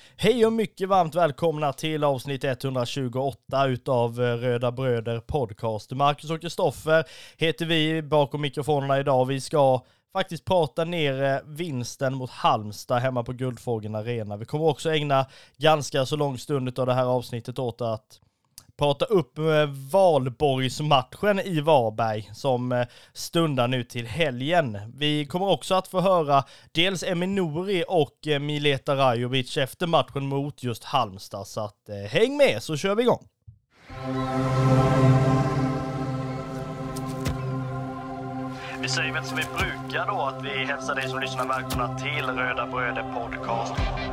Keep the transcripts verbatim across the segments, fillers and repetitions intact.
Hej och mycket varmt välkomna till avsnitt etthundratjugoåtta utav Röda Bröder podcast. Marcus och Kristoffer heter vi bakom mikrofonerna idag. Vi ska faktiskt prata ner vinsten mot Halmstad hemma på Guldfågeln Arena. Vi kommer också ägna ganska så lång stund av det här avsnittet åt att prata upp Valborgsmatchen i Varberg som stundar nu till helgen. Vi kommer också att få höra dels Emin Nouri och Mileta Rajovic efter matchen mot just Halmstad. Så att, eh, häng med så kör vi igång. Vi säger väl som vi brukar då att vi hälsar dig som lyssnar välkomna till Röda Bröder podcast.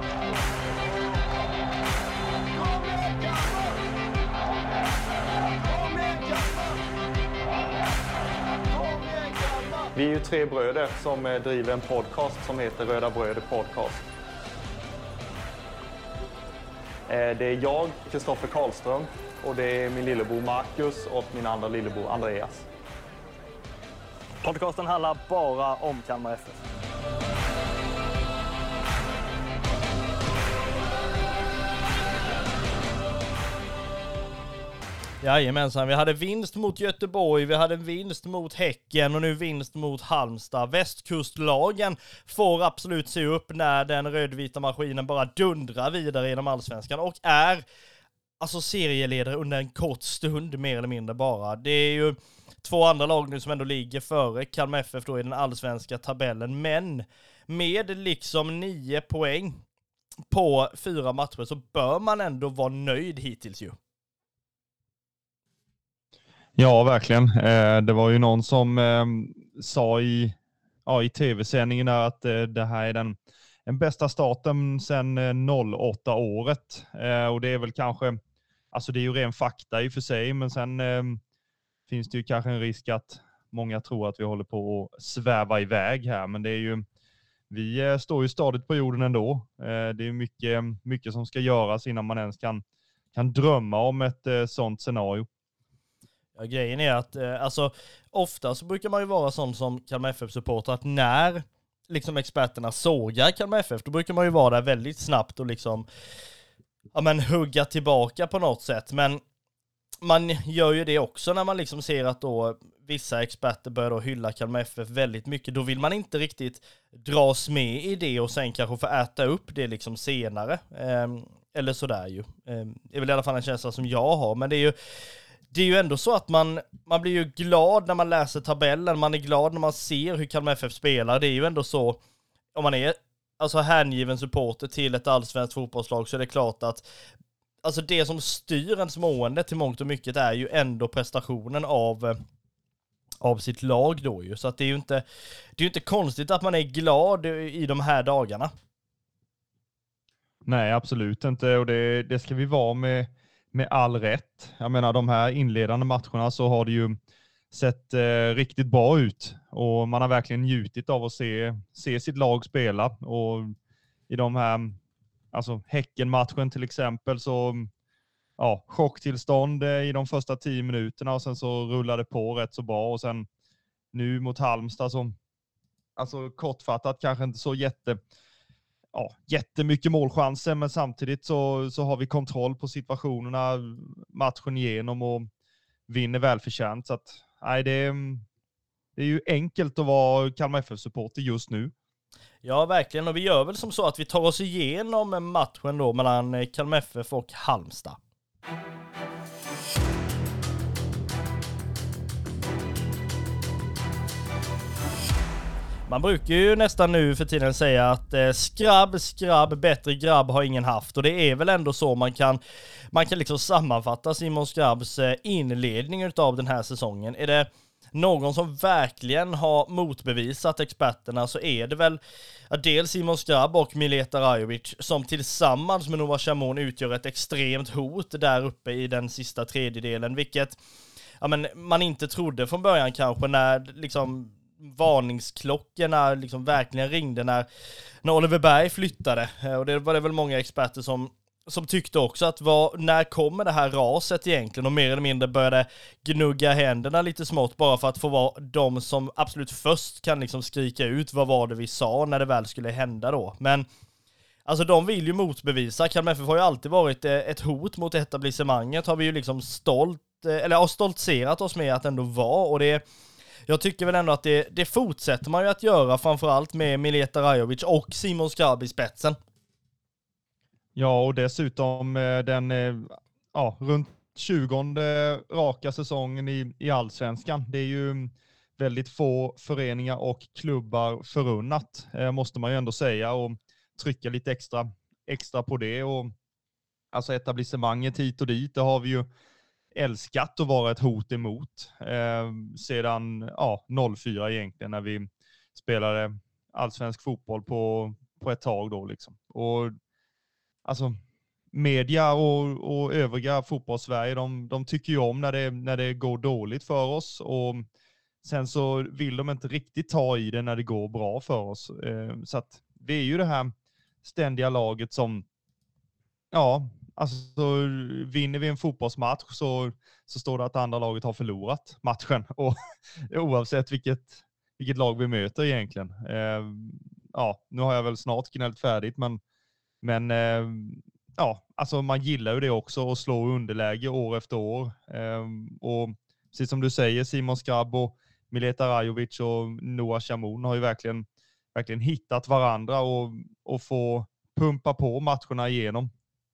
Vi är ju tre bröder som driver en podcast som heter Röda Bröder podcast. Det är jag, Kristoffer Karlström, och det är min lillebror Marcus och min andra lillebror Andreas. Podcasten handlar bara om Kalmar F F. Jajamensan, vi hade vinst mot Göteborg, vi hade en vinst mot Häcken och nu vinst mot Halmstad. Västkustlagen får absolut se upp när den rödvita maskinen bara dundrar vidare genom allsvenskan och är alltså serieledare under en kort stund mer eller mindre bara. Det är ju två andra lag nu som ändå ligger före Kalmar F F då i den allsvenska tabellen, men med liksom nio poäng på fyra matcher så bör man ändå vara nöjd hittills ju. Ja, verkligen. Eh, det var ju någon som eh, sa i, ja, i tv-sändningen att eh, det här är den, den bästa starten sedan eh, noll åtta året. Eh, och det är väl kanske, alltså det är ju ren fakta i och för sig, men sen eh, finns det ju kanske en risk att många tror att vi håller på att sväva iväg här. Men det är ju, vi eh, står ju stadigt på jorden ändå. Eh, det är mycket, mycket som ska göras innan man ens kan, kan drömma om ett eh, sånt scenario. Ja, grejen är att eh, alltså, ofta så brukar man ju vara sån som Kalmar F F-supporter att när liksom experterna sågar Kalmar F F, då brukar man ju vara där väldigt snabbt och liksom ja, men, hugga tillbaka på något sätt. Men man gör ju det också när man liksom ser att då vissa experter börjar då hylla Kalmar F F väldigt mycket. Då vill man inte riktigt dras med i det och sen kanske få äta upp det liksom senare. Eh, eller sådär ju. Eh, det är väl i alla fall en känsla som jag har. Men det är ju Det är ju ändå så att man, man blir ju glad när man läser tabellen, man är glad när man ser hur Kalmar F F spelar. Det är ju ändå så, om man är alltså hängiven supporter till ett allsvenskt fotbollslag så är det klart att alltså det som styr ens mående till mångt och mycket är ju ändå prestationen av, av sitt lag då ju. Så att det är ju inte, det är ju inte konstigt att man är glad i de här dagarna. Nej, absolut inte. Och det, det ska vi vara med Med all rätt. Jag menar, de här inledande matcherna så har det ju sett eh, riktigt bra ut. Och man har verkligen njutit av att se, se sitt lag spela. Och i de här, alltså Häcken-matchen till exempel, så ja, chocktillstånd i de första tio minuterna och sen så rullade det på rätt så bra. Och sen nu mot Halmstad så, alltså kortfattat kanske inte så jätte... Ja, jättemycket målchanser, men samtidigt så, så har vi kontroll på situationerna matchen igenom och vinner välförtjänt. Så att, nej, det, är, det är ju enkelt att vara Kalmar F F-supporter just nu. Ja, verkligen. Och vi gör väl som så att vi tar oss igenom matchen då mellan Kalmar F F och Halmstad. Man brukar ju nästan nu för tiden säga att eh, skrabb, skrabb, bättre grabb har ingen haft. Och det är väl ändå så man kan, man kan liksom sammanfatta Simon Skrabbs eh, inledning av den här säsongen. Är det någon som verkligen har motbevisat experterna så är det väl ja, dels Simon Skrabb och Mileta Rajovic som tillsammans med Nova Chamon utgör ett extremt hot där uppe i den sista tredjedelen. Vilket ja, men, man inte trodde från början kanske när liksom varningsklockorna liksom verkligen ringde när, när Oliver Berg flyttade. Och det var det väl många experter som, som tyckte också att var, när kommer det här raset egentligen, och mer eller mindre började gnugga händerna lite smått bara för att få vara de som absolut först kan liksom skrika ut vad var det vi sa när det väl skulle hända då. Men Alltså de vill ju motbevisa. Kalmar F F har ju alltid varit ett hot mot etablissemanget. Har vi ju liksom stolt, eller har stoltserat oss med att ändå vara. Och det, jag tycker väl ändå att det, det fortsätter man ju att göra, framförallt med Mileta Rajovic och Simon Skrab i spetsen. Ja, och dessutom den ja, runt tjugonde raka säsongen i, i Allsvenskan. Det är ju väldigt få föreningar och klubbar förunnat, måste man ju ändå säga, och trycka lite extra, extra på det. Och alltså etablissemanget hit och dit, det har vi ju älskat att vara ett hot emot eh, sedan ja, noll fyra egentligen, när vi spelade allsvensk fotboll på, på ett tag då liksom. Och alltså media och, och övriga fotbollssverige, de, de tycker ju om när det, när det går dåligt för oss, och sen så vill de inte riktigt ta i det när det går bra för oss. Eh, så att det är ju det här ständiga laget som, ja, alltså vinner vi en fotbollsmatch så, så står det att andra laget har förlorat matchen. Och oavsett vilket, vilket lag vi möter egentligen. Eh, ja, nu har jag väl snart gnällt färdigt, men, men eh, ja, alltså man gillar ju det också, att slå underläge år efter år. Eh, och precis som du säger, Simon Skrab och Mileta Rajovic och Noah Chamoun har ju verkligen, verkligen hittat varandra och, och få pumpa på matcherna igenom.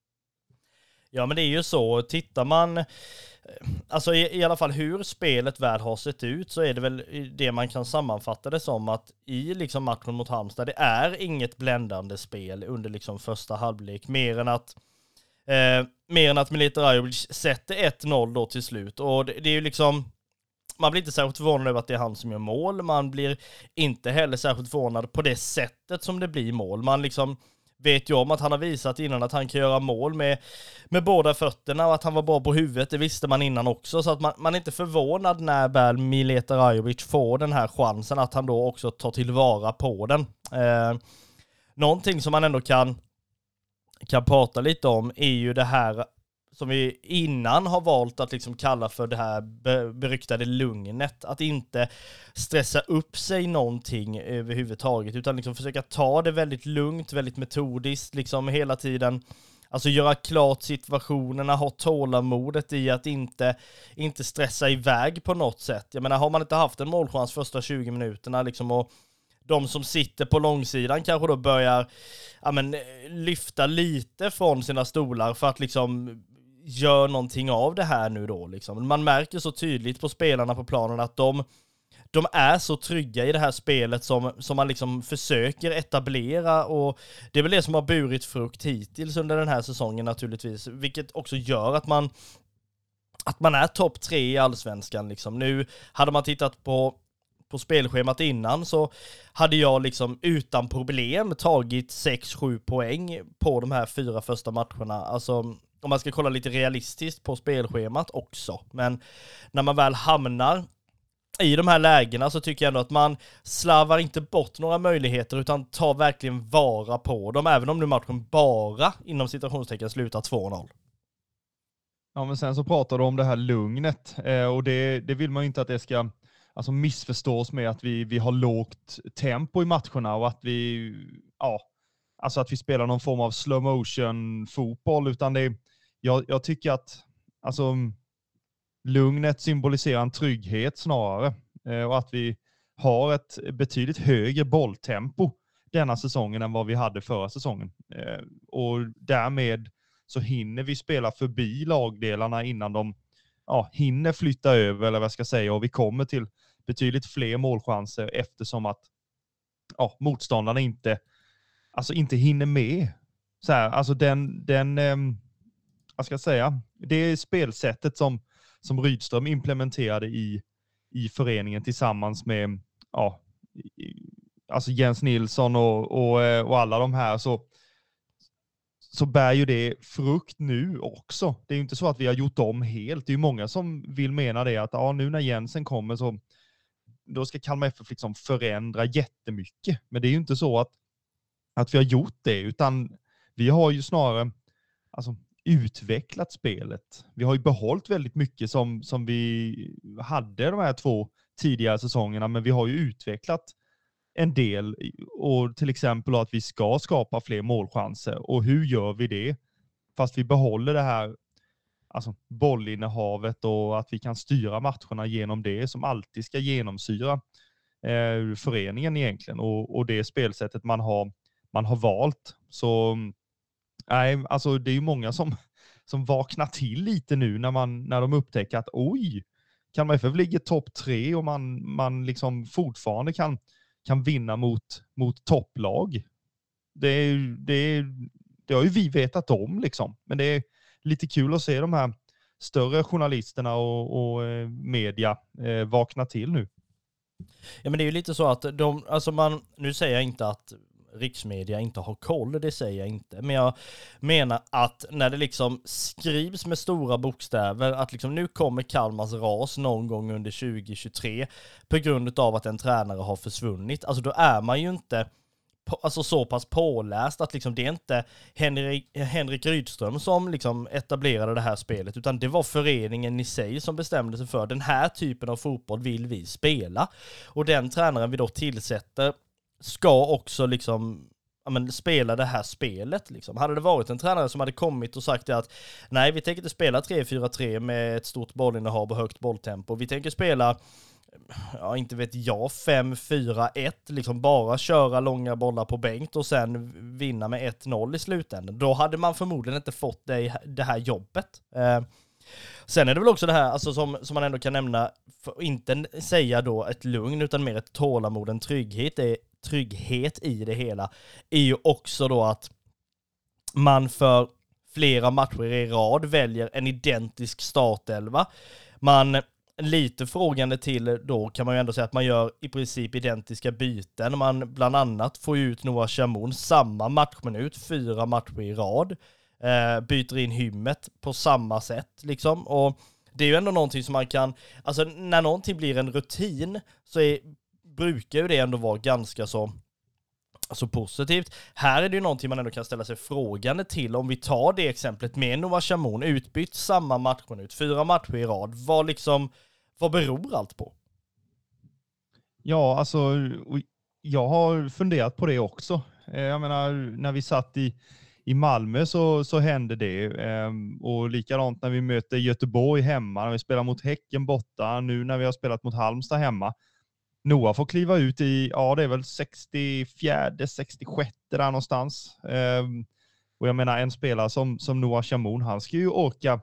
Ja, men det är ju så. Tittar man, alltså i, i alla fall hur spelet väl har sett ut, så är det väl det man kan sammanfatta det som, att i liksom matchen mot Halmstad, det är inget bländande spel under liksom första halvlek, mer än att eh, mer än att Mileta Rajovic sätter ett noll då till slut. Och det, det är ju liksom, man blir inte särskilt förvånad över att det är han som gör mål. Man blir inte heller särskilt förvånad på det sättet som det blir mål. Man liksom vet ju om att han har visat innan att han kan göra mål med, med båda fötterna, och att han var bra på huvudet, det visste man innan också. Så att man, man är inte förvånad när väl Mileta Rajovic får den här chansen, att han då också tar tillvara på den. Eh, någonting som man ändå kan, kan prata lite om är ju det här som vi innan har valt att liksom kalla för det här beryktade lugnet. Att inte stressa upp sig någonting överhuvudtaget, utan liksom försöka ta det väldigt lugnt, väldigt metodiskt, liksom hela tiden. Alltså göra klart situationerna, ha tålamodet i att inte, inte stressa iväg på något sätt. Jag menar, har man inte haft en målchans första tjugo minuterna liksom, och de som sitter på långsidan kanske då börjar ja, men, lyfta lite från sina stolar för att liksom gör någonting av det här nu då. Liksom. Man märker så tydligt på spelarna på planen att de, de är så trygga i det här spelet som, som man liksom försöker etablera, och det är väl det som har burit frukt hittills under den här säsongen naturligtvis, vilket också gör att man att man är topp tre i Allsvenskan. Liksom. Nu hade man tittat på på spelschemat innan, så hade jag liksom utan problem tagit sex sju poäng på de här fyra första matcherna. Alltså om man ska kolla lite realistiskt på spelschemat också. Men när man väl hamnar i de här lägena så tycker jag ändå att man slavar inte bort några möjligheter, utan tar verkligen vara på dem, även om nu matchen bara inom citationstecken slutar två noll. Ja, men sen så pratar du om det här lugnet, eh, och det, det vill man ju inte att det ska alltså missförstås med att vi, vi har lågt tempo i matcherna, och att vi, ja, alltså att vi spelar någon form av slow motion fotboll, utan det, jag, jag tycker att alltså, lugnet symboliserar en trygghet snarare, eh, och att vi har ett betydligt högre bolltempo denna säsongen än vad vi hade förra säsongen. Eh, och därmed så hinner vi spela förbi lagdelarna innan de ja, hinner flytta över, eller vad jag ska säga, och vi kommer till betydligt fler målchanser eftersom att ja, motståndarna inte, alltså inte hinner med. Så här, alltså den, den eh, vad ska jag säga, det spelsättet som, som Rydström implementerade i, i föreningen tillsammans med ja, alltså Jens Nilsson och, och, och alla de här, så så bär ju det frukt nu också. Det är ju inte så att vi har gjort om helt. Det är ju många som vill mena det, att ja, nu när Jensen kommer så då ska Kalmar F F liksom förändra jättemycket. Men det är ju inte så att, att vi har gjort det, utan vi har ju snarare alltså, utvecklat spelet. Vi har ju behållit väldigt mycket som, som vi hade de här två tidigare säsongerna, men vi har ju utvecklat en del, och till exempel att vi ska skapa fler målchanser. Och hur gör vi det? Fast vi behåller det här, alltså bollinnehavet, och att vi kan styra matcherna genom det som alltid ska genomsyra eh, föreningen egentligen, och, och det spelsättet man har, man har valt. Så nej, alltså det är ju många som, som vaknar till lite nu när, man, när de upptäcker att oj, Kalmar F F ligger topp tre och man, man liksom fortfarande kan, kan vinna mot, mot topplag. Det, är, det, är, det har ju vi vetat om liksom, men det är lite kul att se de här större journalisterna och, och eh, media eh, vakna till nu. Ja, men det är ju lite så att de, alltså man, nu säger jag inte att riksmedia inte har koll, det säger jag inte. Men jag menar att när det liksom skrivs med stora bokstäver att liksom nu kommer Kalmars ras någon gång under tjugo tjugotre på grund av att en tränare har försvunnit. Alltså då är man ju inte på, alltså så pass påläst att liksom det är inte Henrik, Henrik Rydström som liksom etablerade det här spelet, utan det var föreningen i sig som bestämde sig för den här typen av fotboll vill vi spela. Och den tränaren vi då tillsätter ska också liksom, ja, men, spela det här spelet. Liksom. Hade det varit en tränare som hade kommit och sagt att nej, vi tänker inte spela tre fyra tre med ett stort bollinnehav och högt bolltempo. Vi tänker spela, ja inte vet jag, fem fyra ett, liksom bara köra långa bollar på bänk och sen vinna med ett noll i slutändan. Då hade man förmodligen inte fått det, det här jobbet. Eh, sen är det väl också det här, alltså som, som man ändå kan nämna, för inte säga då ett lugn utan mer ett tålamod, en trygghet, det är trygghet i det hela, är ju också då att man för flera matcher i rad väljer en identisk startelva. Man lite frågande till då kan man ju ändå säga att man gör i princip identiska byten. Man bland annat får ut Noah Chamoun samma matchminut, fyra matcher i rad. Eh, byter in Hymmet på samma sätt liksom. Och det är ju ändå någonting som man kan, alltså när någonting blir en rutin så är, brukar ju det ändå vara ganska så alltså positivt. Här är det ju någonting man ändå kan ställa sig frågande till. Om vi tar det exemplet med Noah Chamoun, utbytt samma matchminut, fyra matcher i rad. Vad liksom, vad beror allt på? Ja, alltså jag har funderat på det också. Jag menar, när vi satt i, i Malmö så, så hände det. Och likadant när vi möter Göteborg hemma, när vi spelar mot Häcken borta, nu när vi har spelat mot Halmstad hemma. Noah får kliva ut i, ja det är väl sextiofyra, sextiosju där någonstans. Um, och jag menar en spelare som, som Noah Chamoun, han ska ju orka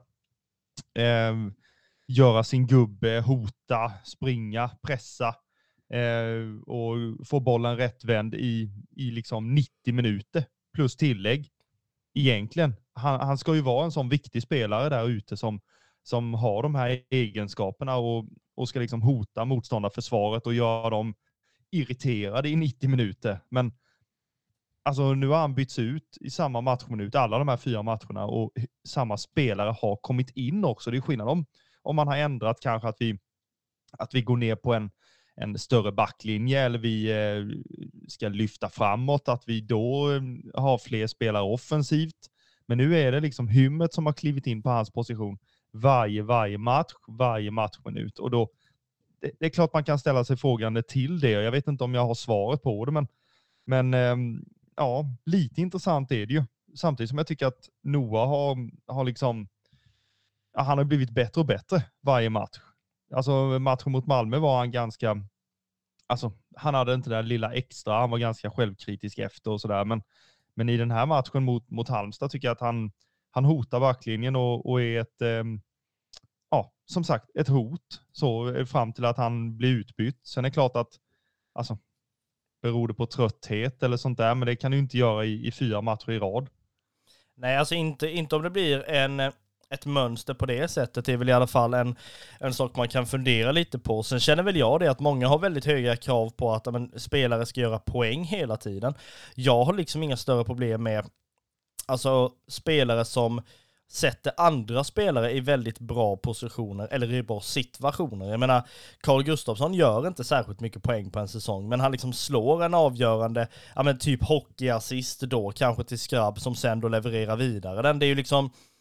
um, göra sin gubbe, hota, springa, pressa uh, och få bollen rättvänd i, i liksom nittio minuter plus tillägg. Egentligen, han, han ska ju vara en sån viktig spelare där ute som, som har de här egenskaperna och och ska liksom hota motståndarförsvaret och göra dem irriterade i nittio minuter. Men alltså nu har han bytts ut i samma matchminut, alla de här fyra matcherna, och samma spelare har kommit in också. Det är skillnad om, om man har ändrat kanske att vi, att vi går ner på en, en större backlinje eller vi eh, ska lyfta framåt, att vi då eh, har fler spelare offensivt. Men nu är det liksom Hymmet som har klivit in på hans position varje, varje match, varje matchminut. Och då, det, det är klart man kan ställa sig frågande till det. Jag vet inte om jag har svaret på det, men, men ähm, ja, lite intressant är det ju. Samtidigt som jag tycker att Noah har, har liksom, ja, han har blivit bättre och bättre varje match. Alltså matchen mot Malmö var han ganska, alltså han hade inte det där lilla extra, han var ganska självkritisk efter och sådär, men, men i den här matchen mot, mot Halmstad tycker jag att han Han hotar backlinjen och, och är ett, eh, ja, som sagt, ett hot så fram till att han blir utbytt. Sen är det klart att, alltså, beror det på trötthet eller sånt där, men det kan du inte göra i, i fyra matcher i rad. Nej, alltså inte, inte om det blir en, ett mönster på det sättet. Det är väl i alla fall en, en sak man kan fundera lite på. Sen känner väl jag det att många har väldigt höga krav på att men, spelare ska göra poäng hela tiden. Jag har liksom inga större problem med alltså spelare som sätter andra spelare i väldigt bra positioner eller i bra situationer. Jag menar, Carl Gustafsson gör inte särskilt mycket poäng på en säsong, men han liksom slår en avgörande, ja men typ hockeyassist då, kanske till Skrabb som sen då levererar vidare. Den, det är ju liksom,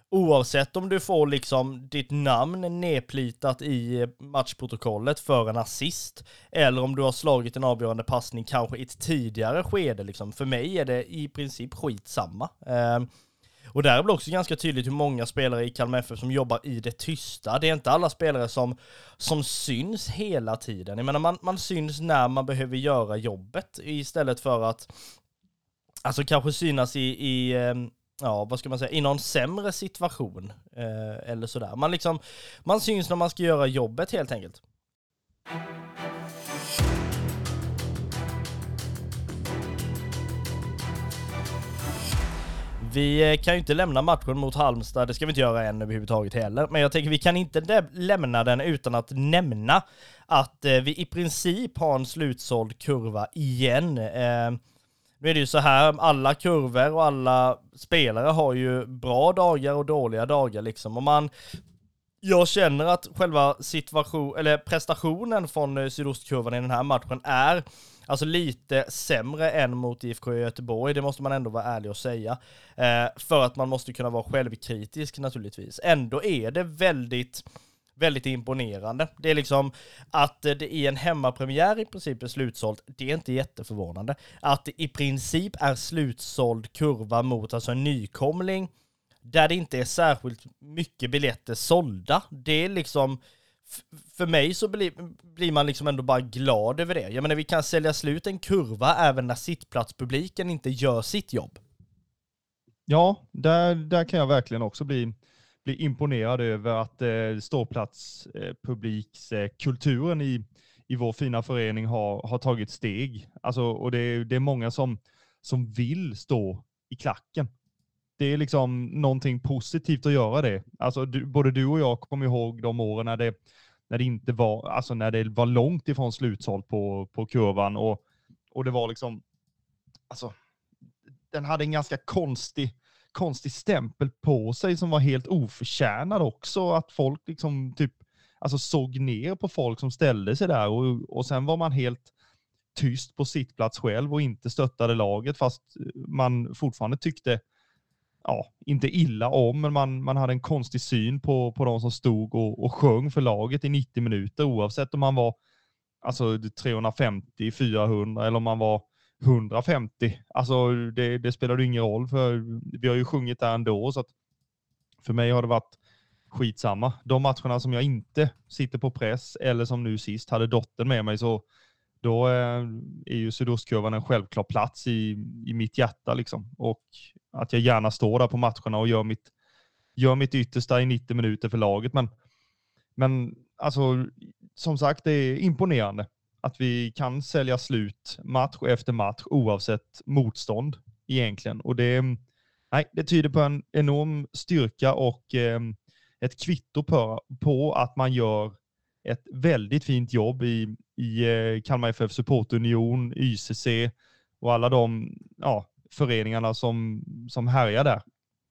oavsett om du får liksom ditt namn nedplitat i matchprotokollet för en assist eller om du har slagit en avgörande passning kanske i ett tidigare skede liksom. För mig är det i princip skitsamma. Eh, och där blir också ganska tydligt hur många spelare i Kalmar F F som jobbar i det tysta. Det är inte alla spelare som, som syns hela tiden. Jag menar, man, man syns när man behöver göra jobbet istället för att alltså kanske synas i, i ja, vad ska man säga, i någon sämre situation eh, eller sådär. Man liksom, man syns när man ska göra jobbet helt enkelt. Vi kan ju inte lämna matchen mot Halmstad, det ska vi inte göra än överhuvudtaget heller. Men jag tänker vi kan inte lä- lämna den utan att nämna att eh, vi i princip har en slutsåld kurva igen. Eh, nu är det ju så här, alla kurvor och alla spelare har ju bra dagar och dåliga dagar liksom. Och man, jag känner att själva situation, eller prestationen från sydostkurvan i den här matchen är alltså lite sämre än mot I F K Göteborg, det måste man ändå vara ärlig och säga. Eh, för att man måste kunna vara självkritisk naturligtvis. Ändå är det väldigt, väldigt imponerande. Det är liksom att det i en hemmapremiär i princip är slutsålt, det är inte jätteförvånande. Att det i princip är slutsåld kurva mot alltså en nykomling där det inte är särskilt mycket biljetter sålda. Det är liksom, för mig så blir, blir man liksom ändå bara glad över det. Jag menar, vi kan sälja slut en kurva även när sittplatspubliken inte gör sitt jobb. Ja, där, där kan jag verkligen också bli, bli imponerad över att eh, ståplatspublikskulturen eh, i, i vår fina förening har, har tagit steg. Alltså, och det, det är många som, som vill stå i klacken. Det är liksom någonting positivt att göra det. Alltså, du, både du och jag kommer ihåg de åren när det, när det inte var, alltså när det var långt ifrån slutsålt på, på kurvan och, och det var liksom, alltså, den hade en ganska konstig, konstig stämpel på sig som var helt oförtjänad också. Att folk liksom typ, alltså såg ner på folk som ställde sig där och, och sen var man helt tyst på sitt plats själv och inte stöttade laget fast man fortfarande tyckte ja, inte illa om, men man, man hade en konstig syn på, på de som stod och, och sjöng för laget i nittio minuter, oavsett om man var alltså trehundrafemtio, fyrahundra eller om man var hundrafemtio. Alltså det, det spelar ingen roll, för vi har ju sjungit där ändå, så att för mig har det varit skitsamma. De matcherna som jag inte sitter på press eller som nu sist hade dottern med mig, så då är ju sydostkurvan en självklar plats i, i mitt hjärta liksom. Och att jag gärna står där på matcherna och gör mitt, gör mitt yttersta i nittio minuter för laget. Men, men alltså, som sagt, det är imponerande att vi kan sälja slut match efter match oavsett motstånd egentligen. Och det, nej, det tyder på en enorm styrka och eh, ett kvitto på, på att man gör ett väldigt fint jobb i, i Kalmar F F Supportunion, Y C C och alla de ja, föreningarna som, som härjar där.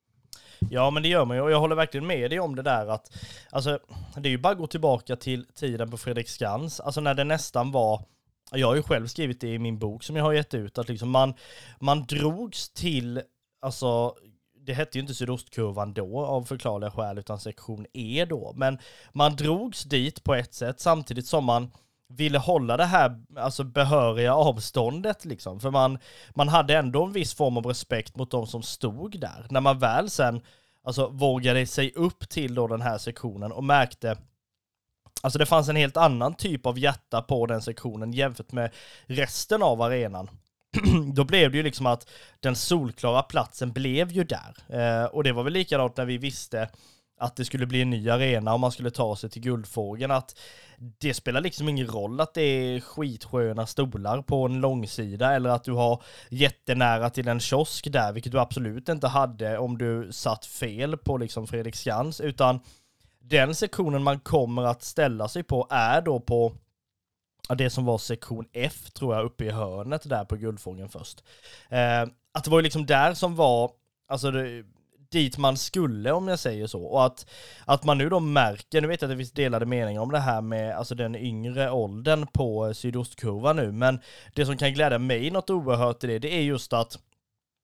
Ja, men det gör man ju, och jag håller verkligen med dig om det där att alltså, det är ju bara att gå tillbaka till tiden på Fredriksskans, alltså när det nästan var, jag har ju själv skrivit det i min bok som jag har gett ut, att liksom man, man drogs till, alltså det hette ju inte sydostkurvan då av förklarliga skäl utan sektion E då, men man drogs dit på ett sätt samtidigt som man ville hålla det här alltså behöriga avståndet liksom, för man, man hade ändå en viss form av respekt mot de som stod där. När man väl sen alltså vågade sig upp till då den här sektionen och märkte, alltså det fanns en helt annan typ av hjärta på den sektionen jämfört med resten av arenan. Då blev det ju liksom att den solklara platsen blev ju där. Eh, och det var väl likadant när vi visste att det skulle bli en ny arena och man skulle ta sig till Guldfågeln, att det spelar liksom ingen roll att det är skitsköna stolar på en långsida eller att du har jättenära till en kiosk där, vilket du absolut inte hade om du satt fel på liksom Fredriksskans, utan den sektionen man kommer att ställa sig på är då på det som var sektion F, tror jag, uppe i hörnet där på Guldfågeln först. Eh, att det var ju liksom där som var, alltså det, dit man skulle, om jag säger så. Och att, att man nu då märker, nu vet jag att det finns delade meningar om det här med alltså den yngre åldern på sydostkurvan nu, men det som kan glädja mig något oerhört i det, det är just att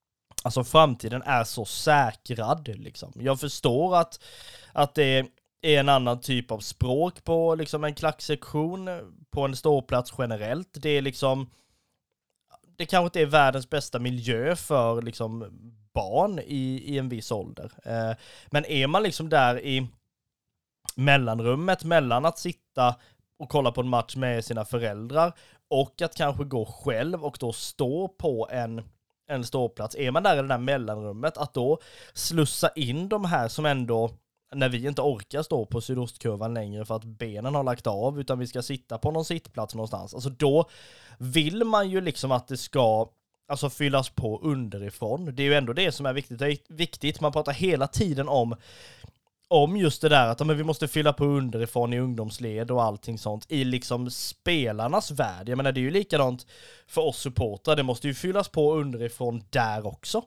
alltså framtiden är så säkrad liksom. Jag förstår att, att det är en annan typ av språk på liksom en klacksektion, på en ståplats generellt. Det är liksom, det kanske inte är världens bästa miljö för liksom barn i, i en viss ålder. Eh, men är man liksom där i mellanrummet mellan att sitta och kolla på en match med sina föräldrar och att kanske gå själv och då stå på en, en ståplats. Är man där i det där mellanrummet, att då slussa in de här som ändå, när vi inte orkar stå på sydostkurvan längre för att benen har lagt av, utan vi ska sitta på någon sittplats någonstans. Alltså då vill man ju liksom att det ska alltså fyllas på underifrån. Det är ju ändå det som är viktigt. Det är viktigt. Man pratar hela tiden om om just det där att men vi måste fylla på underifrån i ungdomsled och allting sånt i liksom spelarnas värld. Jag menar, det är ju likadant för oss supportrar. Det måste ju fyllas på underifrån där också.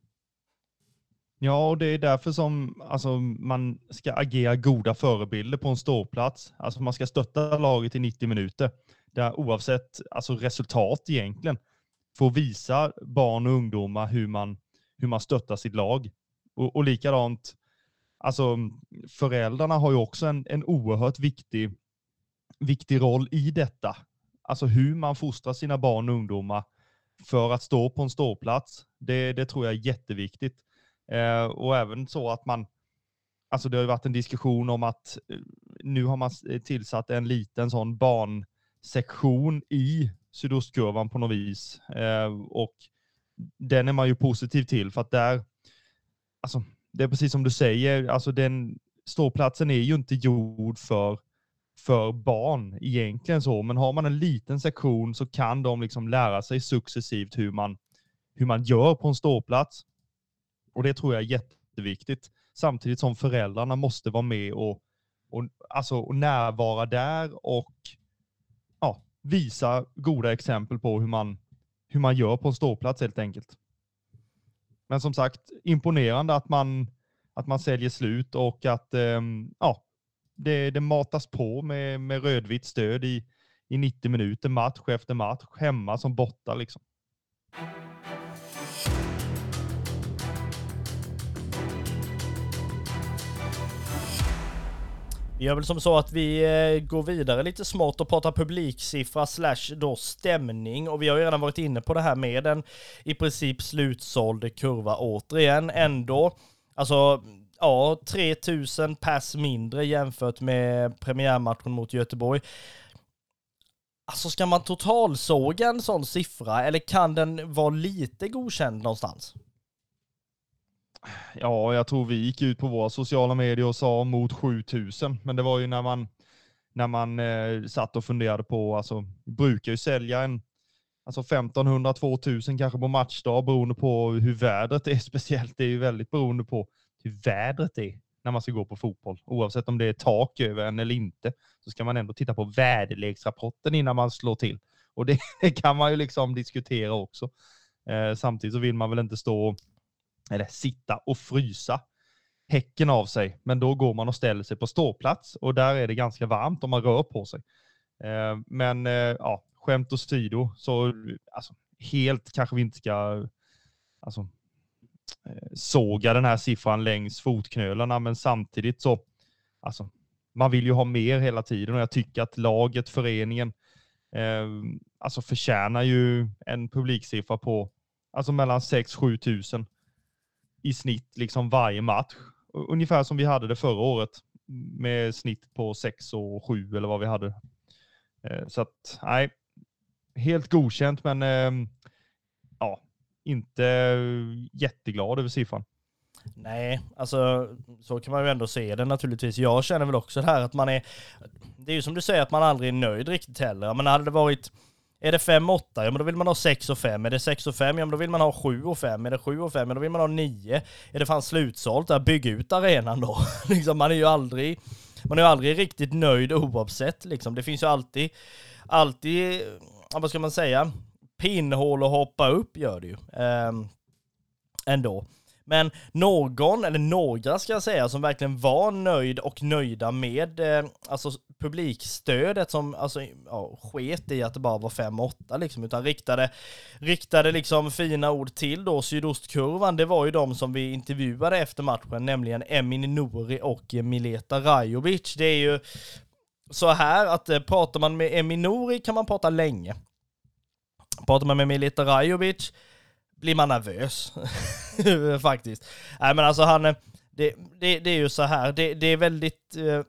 Ja, och det är därför som alltså, man ska agera goda förebilder på en ståplats. Alltså man ska stötta laget i nittio minuter. Där oavsett alltså, resultat egentligen får visa barn och ungdomar hur man, hur man stöttar sitt lag. Och, och likadant, alltså föräldrarna har ju också en, en oerhört viktig, viktig roll i detta. Alltså hur man fostrar sina barn och ungdomar för att stå på en ståplats. Det, det tror jag är jätteviktigt. Eh, och även så att man, alltså det har ju varit en diskussion om att eh, nu har man tillsatt en liten sån barnsektion i sydostkurvan på något vis. Eh, och den är man ju positiv till för att där, alltså det är precis som du säger, alltså den ståplatsen är ju inte gjord för, för barn egentligen så, men har man en liten sektion så kan de liksom lära sig successivt hur man, hur man gör på en ståplats. Och det tror jag är jätteviktigt. Samtidigt som föräldrarna måste vara med och, och, alltså, och närvara där och ja, visa goda exempel på hur man, hur man gör på en ståplats helt enkelt. Men som sagt, imponerande att man, att man säljer slut och att um, ja, det, det matas på med, med rödvitt stöd i, i nittio minuter, match efter match, hemma som borta liksom. Vi gör väl som så att vi går vidare lite smått och pratar publiksiffra slash då stämning. Och vi har ju redan varit inne på det här med en i princip slutsåld kurva återigen. Ändå, alltså ja, tre tusen pass mindre jämfört med premiärmatchen mot Göteborg. Alltså ska man totalsåga en sån siffra eller kan den vara lite godkänd någonstans? Ja, jag tror vi gick ut på våra sociala medier och sa mot sju tusen. Men det var ju när man, när man eh, satt och funderade på, alltså vi brukar ju sälja en alltså femtonhundra till tvåtusen kanske på matchdag beroende på hur vädret är. Speciellt det är ju väldigt beroende på hur vädret är när man ska gå på fotboll. Oavsett om det är tak över en eller inte så ska man ändå titta på väderleksrapporten innan man slår till. Och det kan man ju liksom diskutera också. Eh, samtidigt så vill man väl inte stå eller sitta och frysa häcken av sig. Men då går man och ställer sig på ståplats och där är det ganska varmt om man rör på sig. Eh, men eh, ja, skämt åsido så alltså, helt kanske vi inte ska alltså, eh, såga den här siffran längs fotknölarna, men samtidigt så alltså, man vill ju ha mer hela tiden och jag tycker att laget, föreningen eh, alltså förtjänar ju en publiksiffra på alltså mellan sex till sju tusen i snitt liksom varje match. Ungefär som vi hade det förra året med snitt på sex och sju eller vad vi hade. Så att nej, helt godkänt men ja, inte jätteglad över siffran. Nej, alltså så kan man ju ändå se det naturligtvis. Jag känner väl också det här att man är, det är ju som du säger att man aldrig är nöjd riktigt heller. Men hade det varit, är det fem åtta, ja men då vill man ha sex och fem. Är det sex och fem, ja men då vill man ha sju och fem. Är det sju och fem, ja då vill man ha nio. Är det fan slutsålt där, bygg ut arenan då. liksom, man är ju aldrig, man är ju aldrig riktigt nöjd oavsett liksom. Det finns ju alltid, alltid, vad ska man säga, pinnhål och hoppa upp gör det ju. Um, ändå. Men någon, eller några ska jag säga, som verkligen var nöjd och nöjda med eh, alltså publikstödet som alltså, ja, sket i att det bara var fem åtta liksom, utan riktade, riktade liksom fina ord till då sydostkurvan. Det var ju de som vi intervjuade efter matchen, nämligen Emin Nouri och Mileta Rajovic. Det är ju så här att eh, pratar man med Emin Nouri kan man prata länge. Pratar man med Mileta Rajovic blir man nervös. Faktiskt. Nej, men alltså han, det, det, det är ju så här, det, det är väldigt... Uh...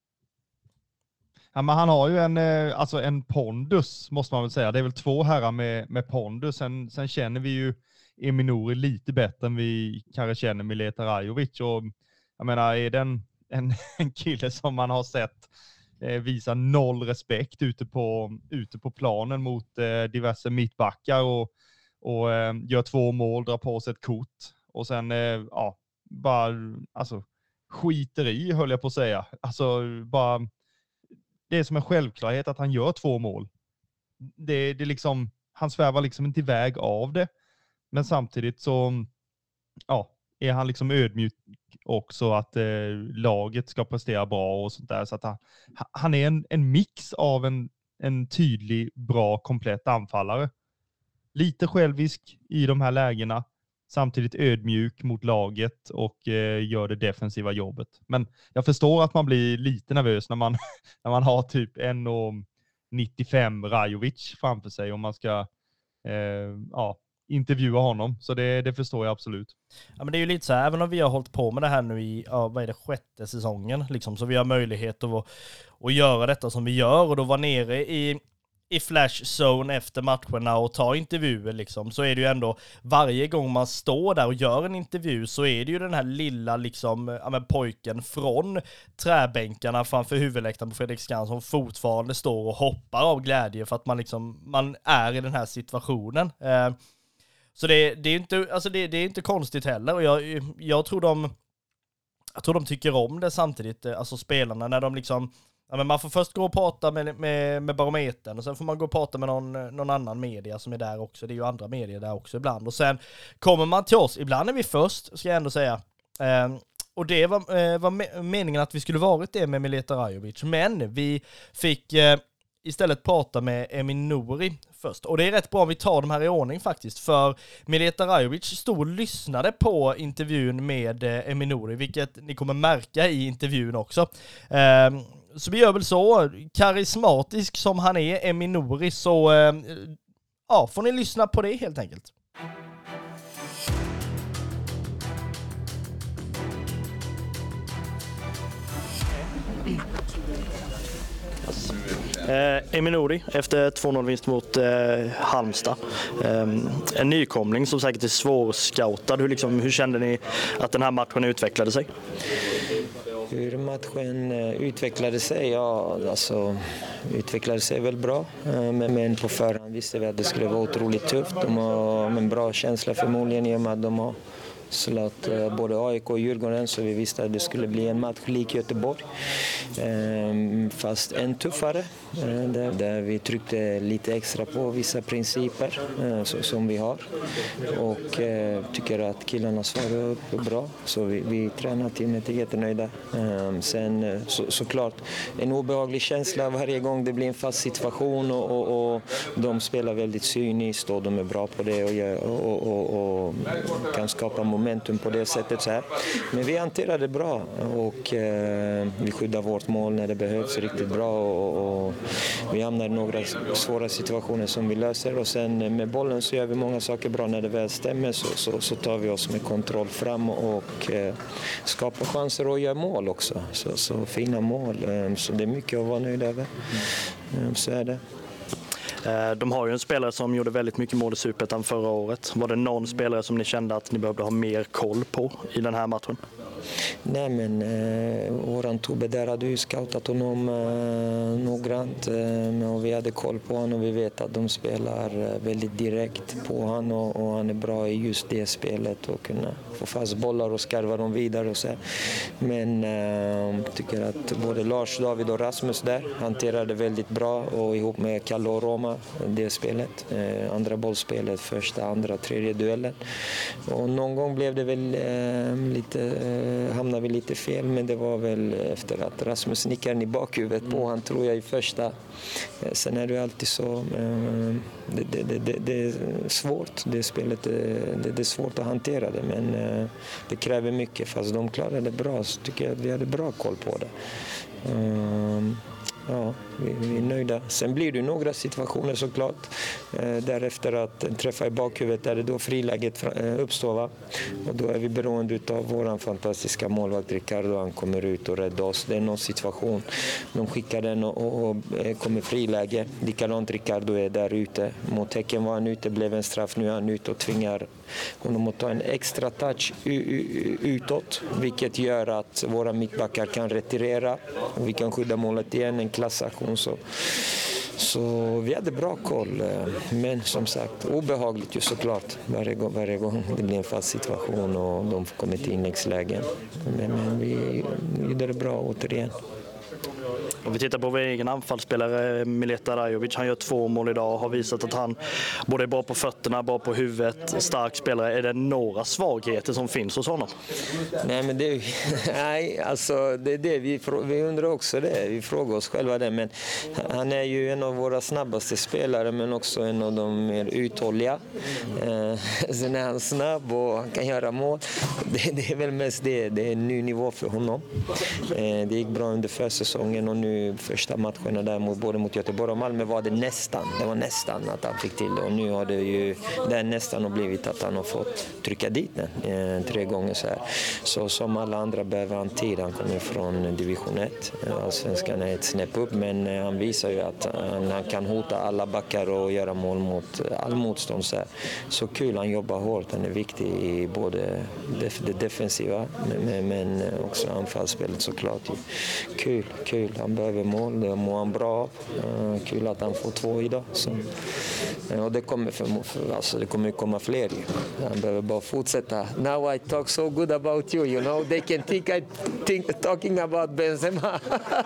Ja, men han har ju en, alltså en pondus, måste man väl säga. Det är väl två herrar med, med pondus. Sen, sen känner vi ju Emin Nouri lite bättre än vi kanske känner Mileta Rajovic. Och jag menar, är det en, en, en kille som man har sett eh, visa noll respekt ute på, ute på planen mot eh, diverse mittbackar och och eh, gör två mål, drar på sig ett kort och sen eh, ja, bara alltså skiter i, höll jag på att säga. Alltså bara det är som en självklarhet att han gör två mål. Det det liksom han svävar liksom inte iväg av det. Men samtidigt så ja, är han liksom ödmjuk också att eh, laget ska prestera bra och sånt där, så att han han är en en mix av en en tydlig, bra, komplett anfallare. Lite självisk i de här lägena, samtidigt ödmjuk mot laget och eh, gör det defensiva jobbet. Men jag förstår att man blir lite nervös när man, när man har typ en komma nittiofem Rajovic framför sig om man ska eh, ja, intervjua honom. Så det, det förstår jag absolut. Ja, men det är ju lite så här, även om vi har hållit på med det här nu i, ja, vad är det, sjätte säsongen, liksom, så vi har möjlighet att, att göra detta som vi gör och då var nere i i Flash Zone efter matcherna och ta intervjuer liksom, så är det ju ändå varje gång man står där och gör en intervju så är det ju den här lilla liksom, ja, men pojken från träbänkarna framför huvudläktaren på Fredriksskans som fortfarande står och hoppar av glädje för att man liksom, man är i den här situationen. Eh, så det, det är inte, alltså det, det är inte konstigt heller och jag, jag tror de jag tror de tycker om det samtidigt, alltså spelarna, när de liksom ja, men man får först gå och prata med, med, med Barometern och sen får man gå och prata med någon, någon annan media som är där också. Det är ju andra medier där också ibland. Och sen kommer man till oss. Ibland är vi först, ska jag ändå säga. Eh, och det var, eh, var me- meningen att vi skulle varit det med Mileta Rajovic. Men vi fick eh, istället prata med Emin Nouri först. Och det är rätt bra om vi tar de här i ordning faktiskt. För Mileta Rajovic stod och lyssnade på intervjun med eh, Emin Nouri, vilket ni kommer märka i intervjun också. Eh, Så vi gör väl så, karismatisk som han är, Emin Nouri, så äh, ja, får ni lyssna på det helt enkelt. Eh, Emin Nouri efter två noll-vinst mot eh, Halmstad. Eh, en nykomling som säkert är svårscoutad. Hur, liksom, hur kände ni att den här matchen utvecklade sig? Hur matchen utvecklade sig? Ja, alltså utvecklade sig väl bra. Men på förhand visste vi att det skulle vara otroligt tufft. De har en bra känsla förmodligen i och med att de har slått både A I K och Djurgården, så vi visste att det skulle bli en match lik Göteborg. Fast än tuffare, där vi tryckte lite extra på vissa principer som vi har. Och tycker att killarna svarade upp bra, så vi, vi tränar teamet är jättenöjda. Sen så, såklart en obehaglig känsla varje gång det blir en fast situation och, och, och de spelar väldigt cyniskt och de är bra på det och, och, och, och kan skapa momentum på det sättet så här. Men vi hanterar det bra och eh, vi skyddar vårt mål när det behövs riktigt bra och, och vi hamnar i några svåra situationer som vi löser och sen med bollen så gör vi många saker bra. När det väl stämmer så, så, så tar vi oss med kontroll fram och eh, skapar chanser och gör mål också. Så, så fina mål. Eh, så det är mycket att vara nöjd över. Eh, så är det. De har ju en spelare som gjorde väldigt mycket mål i Superettan förra året. Var det någon spelare som ni kände att ni behövde ha mer koll på i den här matchen? Nej, men eh, våran Tobbe där hade ju scoutat honom eh, noggrant eh, och vi hade koll på honom och vi vet att de spelar eh, väldigt direkt på honom och, och han är bra i just det spelet och kunna få fast bollar och skarva dem vidare och så här. Men jag eh, tycker att både Lars, David och Rasmus där hanterade väldigt bra och ihop med Kalle och Roma det spelet, eh, andra bollspelet, första, andra, tredje duellen och någon gång blev det väl eh, lite eh, hamnade vi lite fel, men det var väl efter att Rasmus nickade i bakhuvudet på han tror jag i första. Sen är det alltid så det, det, det, det, det är svårt det spelet, det, det är svårt att hantera det, men det kräver mycket, fast de klarade det bra så tycker jag att vi hade bra koll på det. Ja, vi, vi är nöjda. Sen blir det några situationer såklart. Eh, därefter att träffa i bakhuvudet där det då friläget eh, uppstår. Va? Och då är vi beroende av våran fantastiska målvakt Ricardo. Han kommer ut och räddar oss. Det är någon situation. De skickar den och, och, och kommer friläge. Likadant Ricardo är där ute. Mot Häcken var han ute, blev en straff. Nu är han ute och tvingar honom att ta en extra touch utåt. Vilket gör att våra mittbackar kan retirera. Och vi kan skydda målet igen. En klassaktion så. Så vi hade bra koll, men som sagt obehagligt ju såklart varje gång, varje gång det blir en fast situation och de kommer till inläggslägen. Men, men vi gjorde det bra återigen. Om vi tittar på vår egen anfallsspelare Mileta Rajovic, han gör två mål idag och har visat att han både är bra på fötterna, bra på huvudet, stark spelare. Är det några svagheter som finns hos honom? Nej, men det, nej, alltså det är det vi, vi undrar också det. Vi frågar oss själva det, men han är ju en av våra snabbaste spelare, men också en av de mer uthålliga. Eh, sen är han snabb och han kan göra mål. Det, det är väl mest det. Det är en ny nivå för honom. Eh, det gick bra under försäsongen och nu första matcherna där mot, både mot Göteborg och Malmö var det nästan. Det var nästan att han fick till det. Och nu har det ju det nästan har blivit att han har fått trycka dit den eh, tre gånger så här. Så som alla andra behöver han tid. Han kommer från division ett. Allsvenskan är ett snäpp upp, men eh, han visar ju att han, han kan hota alla backar och göra mål mot all motstånd så här. Så kul, han jobbar hårt. Han är viktig i både det, det defensiva men, men också anfallsspelet såklart. Kul, kul. Han behöver mål, det mår han bra av. Uh, kul att han får två idag. Så. Uh, och det kommer, för, för, alltså, det kommer komma fler. Ju. Han behöver bara fortsätta. Now I talk so good about you, you know. They can think I think talking about Benzema.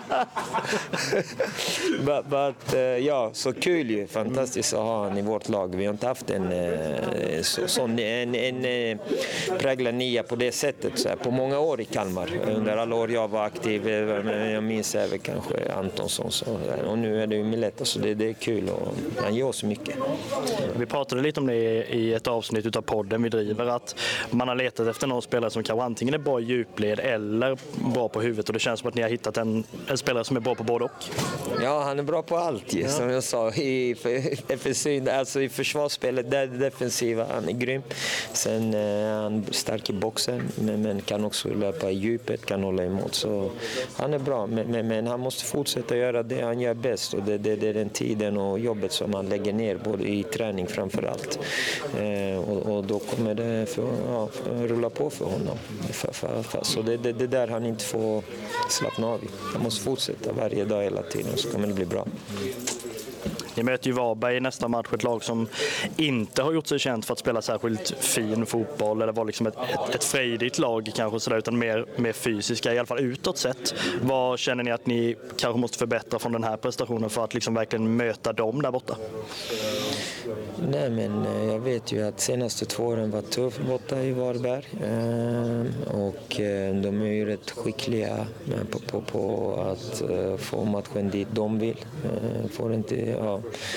but but uh, ja, så kul ju. Fantastiskt att ha han i vårt lag. Vi har inte haft en uh, så, sån, en, en uh, präglad nia på det sättet så här, på många år i Kalmar. Under alla år jag var aktiv, jag minns även kanske Antonsson så, och nu är det ju Mileta, så det, det är kul och han gör så mycket. Vi pratade lite om det i ett avsnitt utav podden vi driver, att man har letat efter någon spelare som kanske antingen är bra i djupled eller bra på huvudet, och det känns som att ni har hittat en, en spelare som är bra på både och. Ja, han är bra på allt ju, ja. Som jag sa i, för, alltså i försvarsspelet, där det defensiva, han är grym. Sen är han stark i boxen men, men kan också löpa i djupet, kan hålla emot, så han är bra, men, men, men han måste fortsätta göra det han gör bäst, och det, det, det är den tiden och jobbet som han lägger ner både i träning framför allt. Eh, och, och då kommer det för, ja, rulla på för honom. För, för, för. Så det är det, det där han inte får slappna av i. Han måste fortsätta varje dag hela tiden, så kommer det bli bra. Ni möter ju Varberg i nästa match, ett lag som inte har gjort sig känt för att spela särskilt fin fotboll eller vara liksom ett, ett, ett frejdigt lag kanske sådär, utan mer, mer fysiska, i alla fall utåt sett. Vad känner ni att ni kanske måste förbättra från den här prestationen för att liksom verkligen möta dem där borta? Nej, men jag vet ju att senaste två åren var tuff borta i Varberg och de är ju rätt skickliga på, på, på att få matchen dit de vill. Får inte, ja,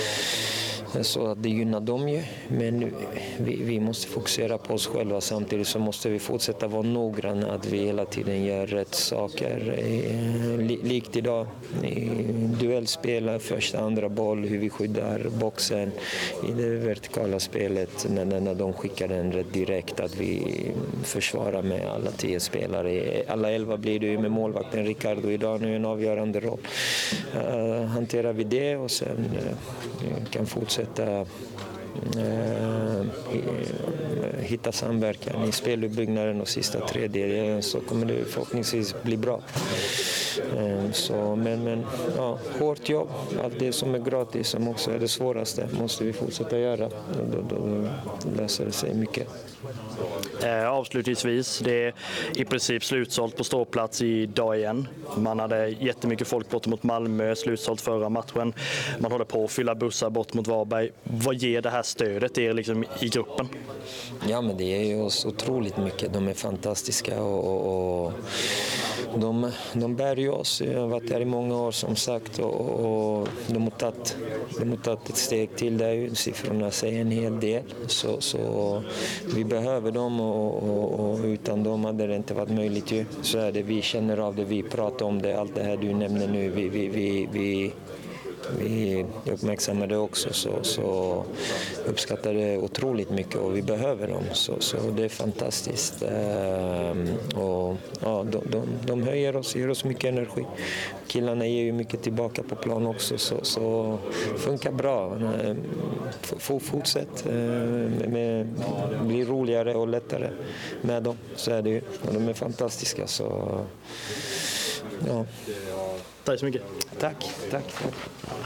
så att det gynnar dem ju, men vi, vi måste fokusera på oss själva. Samtidigt så måste vi fortsätta vara noggranna att vi hela tiden gör rätt saker. Likt idag, i duellspel, första, andra boll, hur vi skyddar boxen i det vertikala spelet när, när de skickar den rätt direkt, att vi försvarar med alla tio spelare. Alla elva blir det ju med målvakten Ricardo idag, nu en avgörande roll. Uh, hanterar vi det och sen uh, kan fortsätta eh, hitta samverkan i speluppbyggnaden och sista tredjedelen, så kommer det förhoppningsvis bli bra. Eh, så, men men ja, hårt jobb, allt det som är gratis som också är det svåraste måste vi fortsätta göra. Då, då, då löser det sig mycket. Eh, avslutningsvis, det är i princip slutsålt på ståplats idag igen. Man hade jättemycket folk bort mot Malmö, slutsålt förra matchen. Man håller på att fylla bussar bort mot Varberg. Vad ger det här stödet er liksom i gruppen? Ja, men det ger ju oss otroligt mycket. De är fantastiska och, och, och de, de bär ju oss. Jag har varit här i många år som sagt och, och de har tagit, de har tagit ett steg till där. Siffrorna säger en hel del. Så, så vi behöver dem och, och, och utan dem hade det inte varit möjligt ju. Så är det, vi känner av det, vi pratar om det, allt det här du nämner nu, vi, vi, vi, vi Vi uppmärksammar det också, så, så uppskattar det otroligt mycket och vi behöver dem, så, så det är fantastiskt. Ehm, och, ja, de, de, de höjer oss, ger oss mycket energi. Killarna ger ju mycket tillbaka på plan också, så, så funkar bra. F- fortsätt, ehm, med, blir roligare och lättare med dem, så är det ju. Och de är fantastiska, så ja. Tack så mycket. Tack, tack. tack.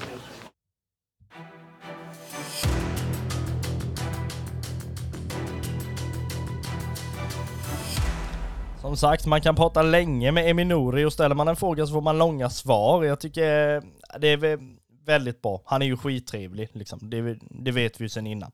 Som sagt, man kan prata länge med Emi Nouri och ställer man en fråga så får man långa svar. Jag tycker det är väldigt bra. Han är ju skittrevlig, liksom. det, det vet vi ju sedan innan.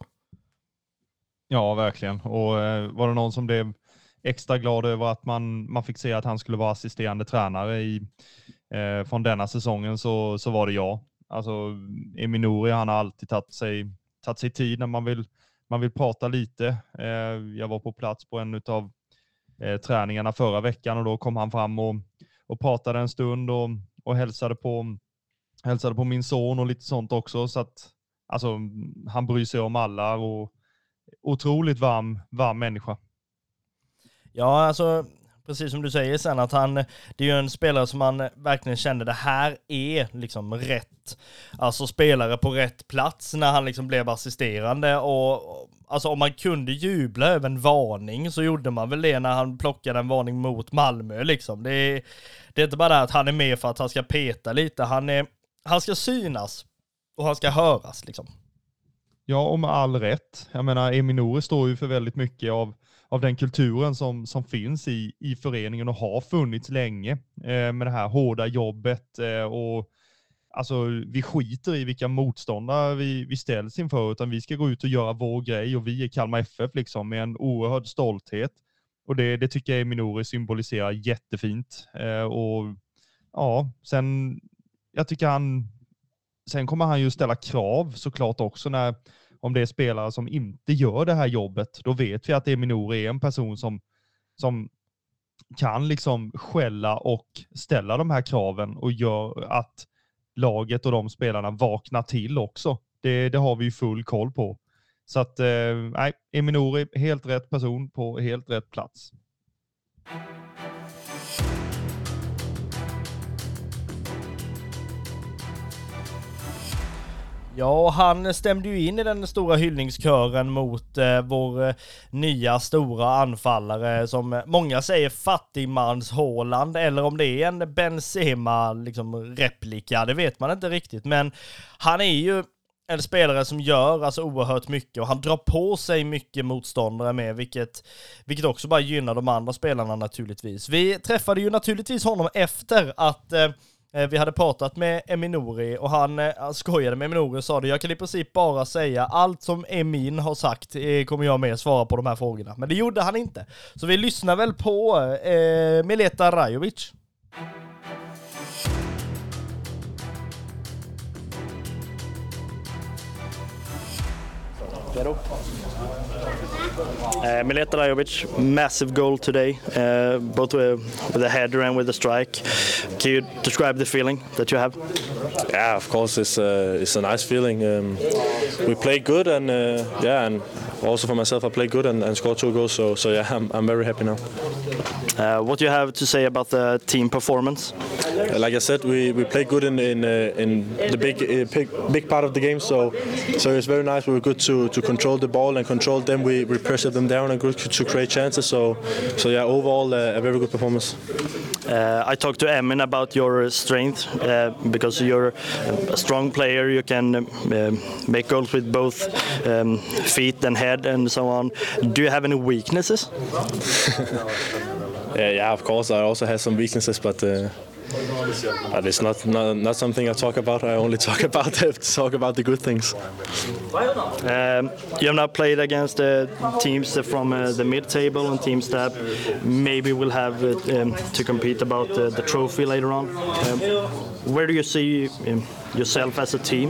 Ja, verkligen. Och eh, var det någon som blev extra glad över att man, man fick se att han skulle vara assisterande tränare i, eh, från denna säsongen, så, så var det jag. Alltså, Emi Nouri, han har alltid tagit sig, tagit sig tid när man vill, man vill prata lite. Eh, jag var på plats på en av eh, träningarna förra veckan och då kom han fram och, och pratade en stund och, och hälsade, på, hälsade på min son och lite sånt också. Så att, alltså, han bryr sig om alla och otroligt varm, varm människa. Ja, alltså precis som du säger sen, att han, det är ju en spelare som man verkligen kände det här är liksom rätt, alltså spelare på rätt plats när han liksom blev assisterande. Och alltså om man kunde jubla över en varning så gjorde man väl det när han plockade en varning mot Malmö liksom. Det är, det är inte bara det att han är med för att han ska peta lite, han, är, han ska synas och han ska höras liksom. Ja, och med all rätt. Jag menar, Emi Nouri står ju för väldigt mycket av av den kulturen som, som finns i, i föreningen och har funnits länge, eh, med det här hårda jobbet, eh, och alltså vi skiter i vilka motståndare vi, vi ställs inför, utan vi ska gå ut och göra vår grej och vi är Kalmar F F liksom med en oerhörd stolthet, och det, det tycker jag Emi Nouri symboliserar jättefint, eh, och ja, sen jag tycker han sen kommer han ju ställa krav såklart också när om det är spelare som inte gör det här jobbet. Då vet vi att Emi Nouri är en person som, som kan liksom skälla och ställa de här kraven och gör att laget och de spelarna vaknar till också. Det, det har vi ju full koll på. Så att, eh, nej, Emi Nouri, helt rätt person på helt rätt plats. Ja, han stämde ju in i den stora hyllningskören mot eh, vår eh, nya stora anfallare som många säger fattigmans Haaland, eller om det är en Benzema liksom replika, det vet man inte riktigt, men han är ju en spelare som gör alltså oerhört mycket och han drar på sig mycket motståndare med, vilket, vilket också bara gynnar de andra spelarna naturligtvis. Vi träffade ju naturligtvis honom efter att eh, vi hade pratat med Emi Nouri och han, han skojade med Emi Nouri och sa det, jag kan i princip bara säga allt som Emin har sagt eh, kommer jag med svara på de här frågorna. Men det gjorde han inte. Så vi lyssnar väl på eh, Mileta Rajovic. Pedro. Uh, Mileta Rajovic, massive goal today, uh, both with, with the header and with the strike. Can you describe the feeling that you have? Yeah, of course, it's a, it's a nice feeling. Um, we play good, and uh, yeah, and also for myself, I played good and, and scored two goals. So, so yeah, I'm, I'm very happy now. Uh, what do you have to say about the team performance? Uh, like I said, we, we played good in in, uh, in the big, uh, big big part of the game. So so it's very nice. We were good to, to control the ball and control them. We, we pressured them down and good to create chances. So so yeah, overall uh, a very good performance. Uh, I talked to Emin about your strength uh, because you're a strong player. You can uh, make goals with both um, feet and head and so on. Do you have any weaknesses? yeah, yeah, of course. I also have some weaknesses, but. Uh, But it's not, not not something I talk about. I only talk about talk about the good things. Um, you have now played against uh, teams from uh, the mid-table and teams that maybe will have uh, um, to compete about uh, the trophy later on. Um, where do you see um, yourself as a team?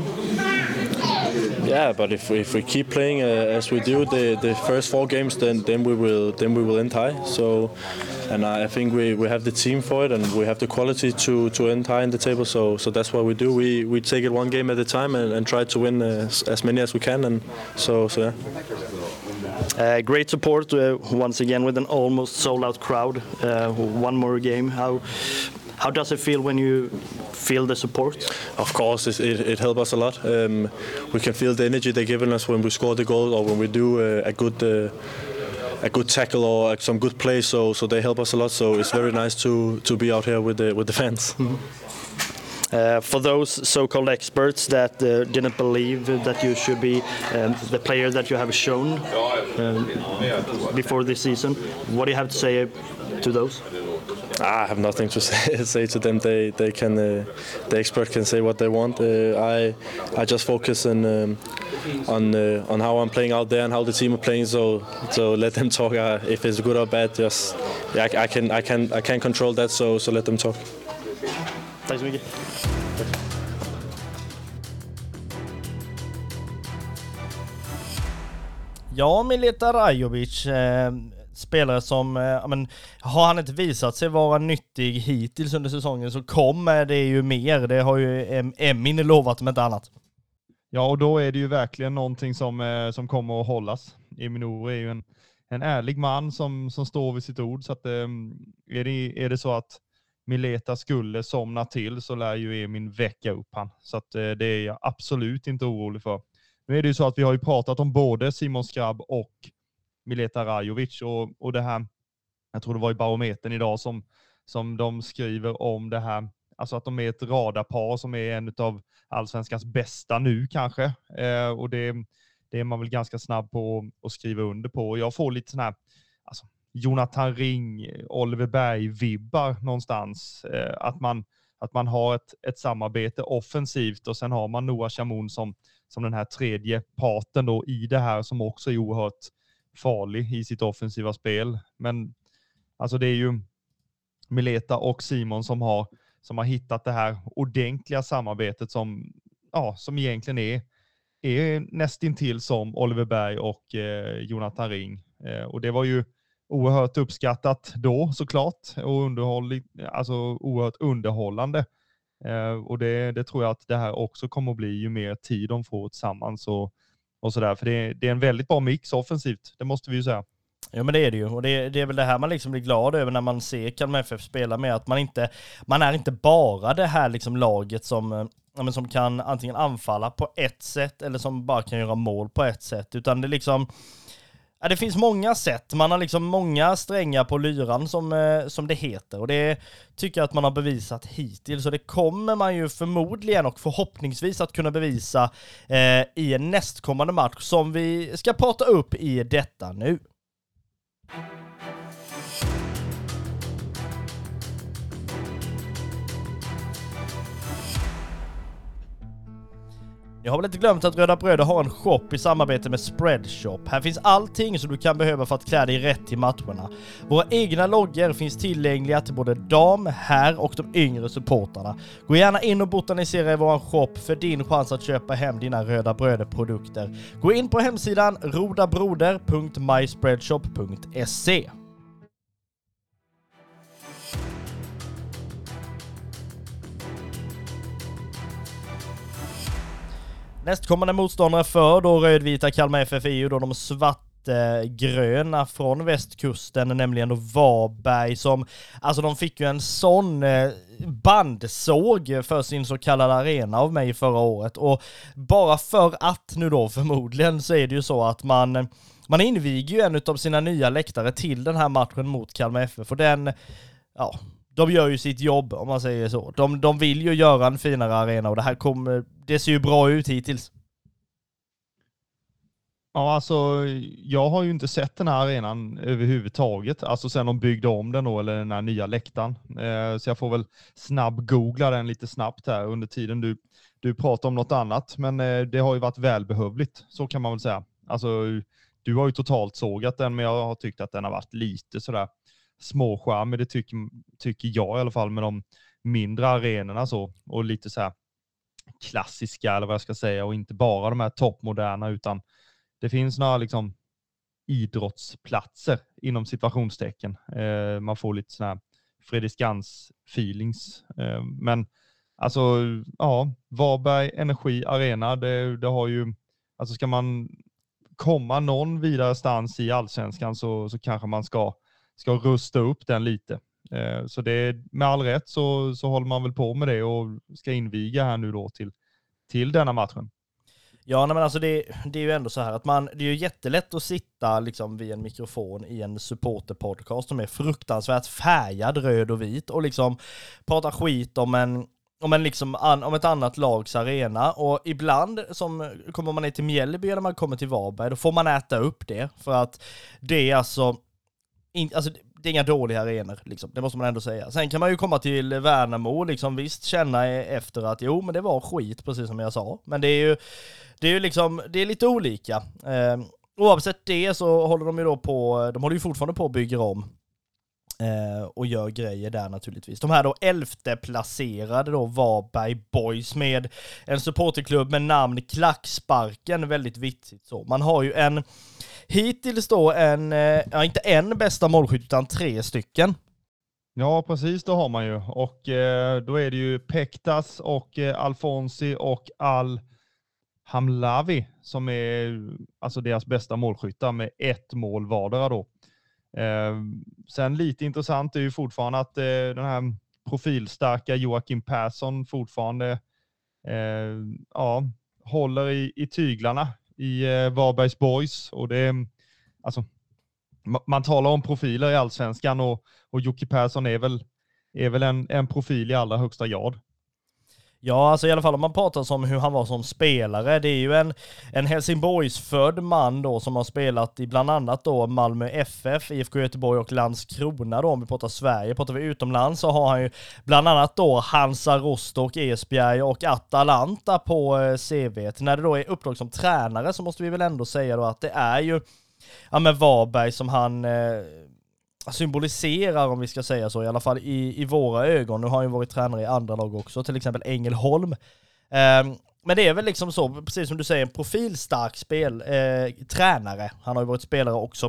Yeah, but if if we keep playing uh, as we do the, the first four games, then then we will then we will end high. So, and I think we, we have the team for it, and we have the quality to, to end high in the table. So so that's what we do. We we take it one game at a time and, and try to win as, as many as we can. And so so yeah. Uh, great support uh, once again with an almost sold-out crowd. Uh, one more game. How how does it feel when you feel the support? Of course, it, it, it helps us a lot. Um, we can feel the energy they're giving us when we score the goal or when we do uh, a good uh, a good tackle or some good play. So so they help us a lot. So it's very nice to to be out here with the with the fans. Mm-hmm. Uh, for those so-called experts that uh, didn't believe that you should be um, the player that you have shown um, before this season, what do you have to say to those? I have nothing to say, say to them. They they can uh, the expert can say what they want. Uh, I I just focus on um, on uh, on how I'm playing out there and how the team are playing. So so let them talk. Uh, if it's good or bad, just yeah, I, I can I can I can't control that. So so let them talk. Tack så mycket. Ja, Mileta Rajovic, eh, spelare som, eh, men, har han inte visat sig vara nyttig hittills under säsongen så kommer det ju mer. Det har ju Emin lovat om inte annat. Ja, och då är det ju verkligen någonting som, eh, som kommer att hållas. Emin Nouri är ju en, en ärlig man som, som står vid sitt ord. Så att, eh, är, det, är det så att Mileta skulle somna till så lär ju Emin väcka upp han. Så att, eh, det är jag absolut inte orolig för. Nu är det ju så att vi har ju pratat om både Simon Skrabb och Mileta Rajovic och, och det här, jag tror det var i Barometern idag som, som de skriver om det här, alltså att de är ett radarpar som är en av allsvenskans bästa nu kanske. Eh, och det, det är man väl ganska snabb på att skriva under på. Och jag får lite sån här, alltså, Jonathan Ring, Oliver Berg-vibbar någonstans. Eh, att, man, att man har ett, ett samarbete offensivt och sen har man Noah Chamoun som, som den här tredje parten då i det här som också är oerhört farlig i sitt offensiva spel. Men alltså det är ju Mileta och Simon som har, som har hittat det här ordentliga samarbetet som, ja, som egentligen är, är nästintill som Oliver Berg och eh, Jonathan Ring. Eh, och det var ju oerhört uppskattat då såklart och underhåll, alltså oerhört underhållande. Eh, och det, det tror jag att det här också kommer att bli ju mer tid de får tillsammans och, och sådär. För det, det är en väldigt bra mix offensivt, det måste vi ju säga. Ja, men det är det ju. Och det, det är väl det här man liksom blir glad över när man ser Kalmar F F spela med. Att man inte, man är inte bara det här liksom laget som, ja, men som kan antingen anfalla på ett sätt eller som bara kan göra mål på ett sätt. Utan det liksom, ja, det finns många sätt. Man har liksom många strängar på lyran som, eh, som det heter. Och det tycker jag att man har bevisat hittills. Så det kommer man ju förmodligen och förhoppningsvis att kunna bevisa eh, i en nästkommande match som vi ska prata upp i detta nu. Jag har väl inte glömt att Röda Bröder har en shop i samarbete med Spreadshop. Här finns allting som du kan behöva för att klä dig rätt till matcherna. Våra egna loggor finns tillgängliga till både dam, herr och de yngre supportarna. Gå gärna in och botanisera i våran shop för din chans att köpa hem dina Röda Bröder-produkter. Gå in på hemsidan rodabroder punkt my spreadshop punkt se. Nästkommande motståndare för då rödvita Kalmar F F är ju då de svartgröna från västkusten, nämligen då Varberg, som, alltså de fick ju en sån bandsåg för sin så kallade arena av mig förra året, och bara för att nu då förmodligen så är det ju så att man man inviger ju en av sina nya läktare till den här matchen mot Kalmar F F, och den, ja, de gör ju sitt jobb om man säger så. De, de vill ju göra en finare arena, och det här kommer, det ser ju bra ut hittills. Ja, alltså jag har ju inte sett den här arenan överhuvudtaget, alltså sen de byggde om den då, eller den här nya läktaren. Eh, så jag får väl snabb-googla den lite snabbt här under tiden du, du pratar om något annat. Men eh, det har ju varit välbehövligt, så kan man väl säga. Alltså du har ju totalt sågat den, men jag har tyckt att den har varit lite sådär småskärmig, det tycker, tycker jag i alla fall, med de mindre arenorna så, och lite så här klassiska eller vad jag ska säga, och inte bara de här toppmoderna, utan det finns några liksom idrottsplatser inom situationstecken. Eh, man får lite sån här Fredriksskans feelings. Eh, men alltså, ja, Varberg Energi Arena, det, det har ju, alltså ska man komma någon vidare stans i Allsvenskan så, så kanske man ska, ska rusta upp den lite. Eh, så det, med all rätt så, så håller man väl på med det och ska inviga här nu då till, till denna matchen. Ja, nej, men alltså det, det är ju ändå så här att man, det är ju jättelätt att sitta liksom vid en mikrofon i en supporterpodcast som är fruktansvärt färgad, röd och vit, och liksom prata skit om en, om en liksom an, om ett annat lags arena, och ibland som kommer man ner till Mjällby eller man kommer till Varberg, då får man äta upp det, för att det är alltså, in, alltså det är inga dåliga arenor, liksom. Det måste man ändå säga. Sen kan man ju komma till Värnamo, liksom, visst känna efter att jo, men det var skit, precis som jag sa. Men det är ju, det är ju liksom, det är lite olika. Eh, oavsett det så håller de ju då på, de håller ju fortfarande på att bygga om eh, och gör grejer där naturligtvis. De här då elfte placerade då Varberg Boys med en supporterklubb med namn Klacksparken, väldigt vitsigt så. Man har ju en hittills då en, ja inte en bästa målskytt utan tre stycken. Ja, precis, det har man ju. Och eh, då är det ju Pektas och eh, Alfonsi och Al-Hamlavi som är alltså deras bästa målskyttar med ett mål vardera då. Eh, sen lite intressant är ju fortfarande att eh, den här profilstarka Joakim Persson fortfarande eh, ja, håller i, i tyglarna i eh, Varbergs Boys, och det är alltså man talar om profiler i Allsvenskan, och, och Jocke Persson är väl, är väl en, en profil i allra högsta grad. Ja, alltså i alla fall om man pratar om hur han var som spelare. Det är ju en, en Helsingborgsfödd man då som har spelat i bland annat då Malmö F F, I F K Göteborg och Landskrona då. Om vi pratar Sverige, pratar vi utomlands så har han ju bland annat då Hansa Rostock, Esbjerg och Atalanta på C V:t. När det då är uppdrag som tränare så måste vi väl ändå säga då att det är ju ja, men Varberg som han eh, symboliserar, om vi ska säga så, i alla fall i, i våra ögon. Nu har han ju varit tränare i andra lag också, till exempel Ängelholm. Eh, men det är väl liksom så, precis som du säger, en profilstark spel, eh, tränare. Han har ju varit spelare också.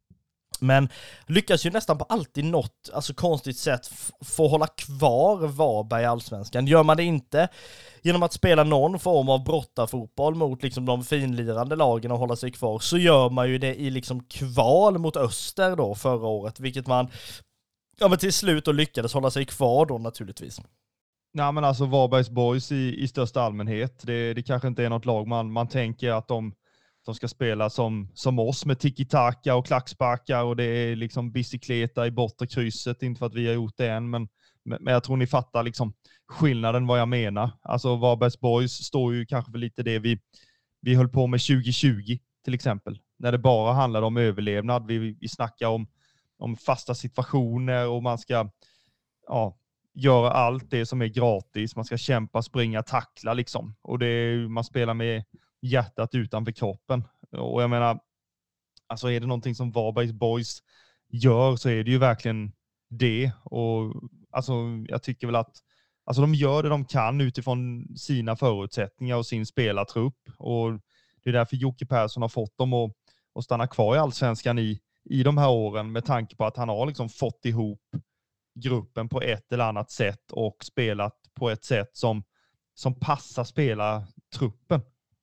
Men lyckas ju nästan på alltid något alltså konstigt sätt f- få hålla kvar Varberg i Allsvenskan. Gör man det inte genom att spela någon form av brottarfotboll mot liksom de finlirande lagen och hålla sig kvar, så gör man ju det i liksom kval mot Öster då förra året, vilket man ja, men till slut då lyckades hålla sig kvar då naturligtvis. Nej, men alltså Varbergs Boys i, i största allmänhet, det, det kanske inte är något lag man, man tänker att de De ska spela som, som oss med tiki-taka och klacksparkar, och det är liksom bicykleta i bortre krysset. Inte för att vi har gjort det än, men, men jag tror ni fattar liksom skillnaden vad jag menar. Alltså Varbergs Boys står ju kanske för lite det vi, vi höll på med tjugo tjugo till exempel. När det bara handlade om överlevnad. Vi, vi snackar om, om fasta situationer och man ska ja, göra allt det som är gratis. Man ska kämpa, springa, tackla liksom. Och det är, man spelar med hjärtat utanför kroppen. Och jag menar, alltså är det någonting som Varbergs Boys gör så är det ju verkligen det. Och alltså jag tycker väl att alltså de gör det de kan utifrån sina förutsättningar och sin spelartrupp. Och det är därför Jocke Persson har fått dem att, att stanna kvar i Allsvenskan i, i de här åren, med tanke på att han har liksom fått ihop gruppen på ett eller annat sätt och spelat på ett sätt som, som passar spelartruppen.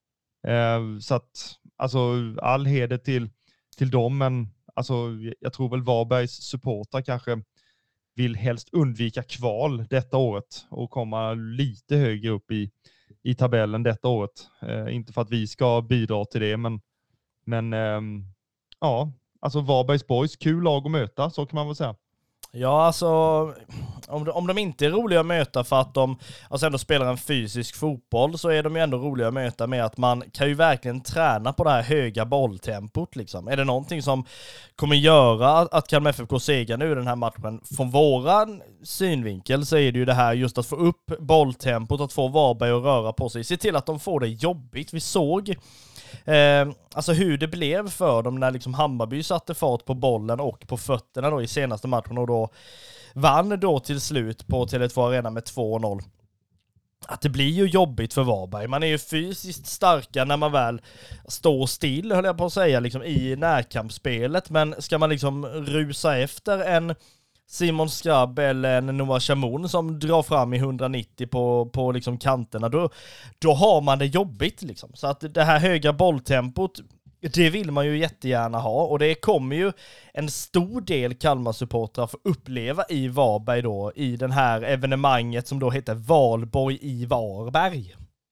Eh, så att, alltså all heder till, till dem, men alltså, jag tror väl Varbergs supportrar kanske vill helst undvika kval detta året och komma lite högre upp i, i tabellen detta året. Eh, inte för att vi ska bidra till det, men, men ehm, ja, alltså Varbergs Boys, kul lag att möta, så kan man väl säga. Ja, alltså om de, om de inte är roliga att möta för att de alltså ändå spelar en fysisk fotboll, så är de ju ändå roliga att möta med att man kan ju verkligen träna på det här höga bolltempot liksom. Är det någonting som kommer göra att Kalmar F F går seger nu i den här matchen från våran synvinkel, så är det ju det här just att få upp bolltempot, att få Varberg att röra på sig, se till att de får det jobbigt. Vi såg Eh, alltså hur det blev för dem när liksom Hammarby satte fart på bollen och på fötterna då i senaste matchen och då vann då till slut på Tele två Arena med två noll. Att det blir ju jobbigt för Varberg. Man är ju fysiskt starka när man väl står still, höll jag på att säga, liksom i närkampsspelet, men ska man liksom rusa efter en Simon Skrabb eller en Noah Chamoun som drar fram i hundranittio på, på liksom kanterna, då, då har man det jobbigt liksom. Så att det här höga bolltempot, det vill man ju jättegärna ha, och det kommer ju en stor del Kalmar-supportrar få uppleva i Varberg då, i den här evenemanget som då heter Valborg i Varberg.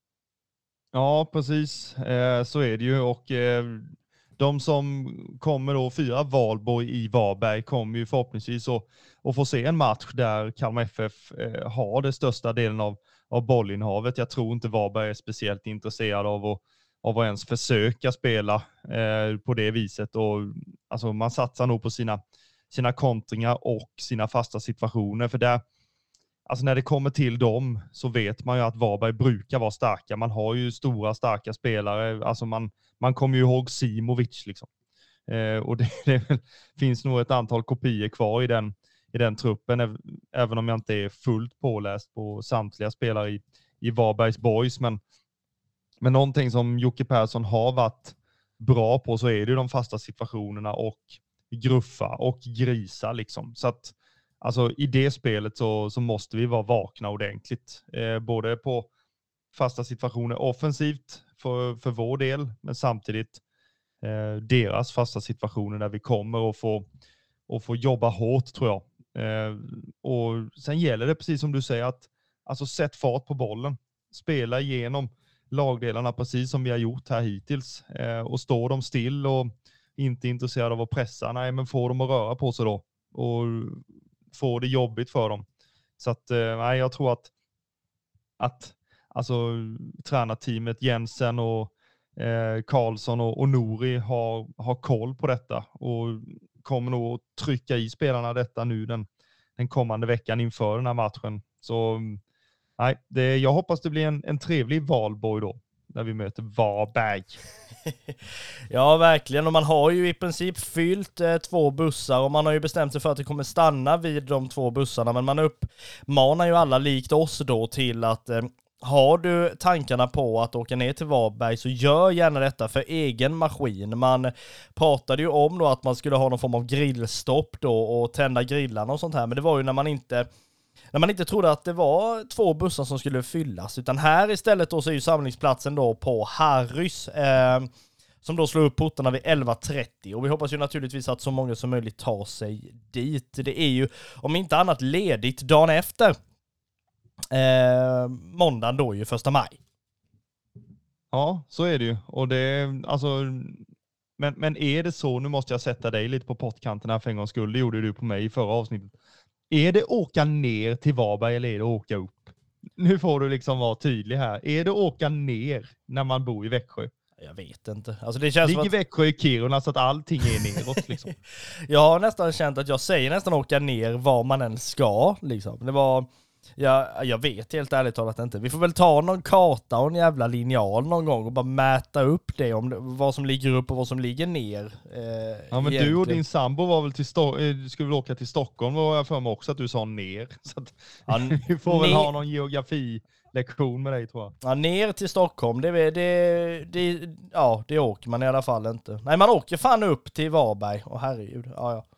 Ja, precis. Eh, så är det ju, och eh, de som kommer då fira Valborg i Varberg kommer ju förhoppningsvis att, att få se en match där Kalmar F F eh, har det största delen av, av bollinnehavet. Jag tror inte Varberg är speciellt intresserad av att, av att ens försöka spela eh, på det viset. Och, alltså, man satsar nog på sina, sina kontringar och sina fasta situationer. För där, alltså när det kommer till dem så vet man ju att Varberg brukar vara starka. Man har ju stora, starka spelare. Alltså man, man kommer ju ihåg Simovic liksom. Eh, och det, det finns nog ett antal kopior kvar i den, i den truppen. Även om jag inte är fullt påläst på samtliga spelare i, i Varbergs Boys. Men, men någonting som Jocke Persson har varit bra på, så är det ju de fasta situationerna och gruffa och grisa liksom. Så att alltså i det spelet så, så måste vi vara vakna ordentligt. Eh, både på fasta situationer offensivt för, för vår del, men samtidigt eh, deras fasta situationer där vi kommer att få, och få jobba hårt, tror jag. Eh, och sen gäller det, precis som du säger, att alltså sätt fart på bollen. Spela igenom lagdelarna precis som vi har gjort här hittills. Eh, och står de still och inte intresserade av att pressa, nej, men får dem att röra på sig då. Och få det jobbigt för dem. Så att, nej, jag tror att att alltså tränarteamet Jensen och eh, Karlsson och, och Nori har, har koll på detta och kommer nog att trycka i spelarna detta nu den, den kommande veckan inför den här matchen. Så nej, det, jag hoppas det blir en, en trevlig Valborg då, när vi möter Varberg. Ja, verkligen. Och man har ju i princip fyllt eh, två bussar, och man har ju bestämt sig för att det kommer stanna vid de två bussarna, men man uppmanar ju alla likt oss då till att eh, har du tankarna på att åka ner till Varberg, så gör gärna detta för egen maskin. Man pratade ju om då att man skulle ha någon form av grillstopp då och tända grillarna och sånt här, men det var ju när man inte När man inte trodde att det var två bussar som skulle fyllas, utan här istället då så är ju samlingsplatsen då på Harrys eh, som då slår upp portarna vid elva trettio, och vi hoppas ju naturligtvis att så många som möjligt tar sig dit. Det är ju om inte annat ledigt dagen efter eh, måndagen då ju första maj. Ja, så är det ju. Och det, alltså, men, men är det så, nu måste jag sätta dig lite på pottkanten här för en gångs skull, det gjorde du på mig i förra avsnittet. Är det åka ner till Varberg eller är det åka upp? Nu får du liksom vara tydlig här. Är det åka ner när man bor i Växjö? Jag vet inte. Alltså det känns Ligger som att Växjö i Kiruna så att allting är neråt liksom. jag har nästan känt att jag säger nästan åka ner var man än ska liksom. Det var jag, jag vet helt ärligt talat inte. Vi får väl ta någon karta och en jävla linjal någon gång och bara mäta upp det om det, vad som ligger upp och vad som ligger ner. Eh, ja, men egentligen. Du och din sambo var väl till Sto- skulle väl åka till Stockholm, var jag för mig också att du sa ner. Så att ja, vi får väl ha någon geografilektion med dig, tror jag. Ja, ner till Stockholm, det, det, det, ja, det åker man i alla fall inte. Nej, man åker fan upp till Varberg. Åh herregud, ja ja.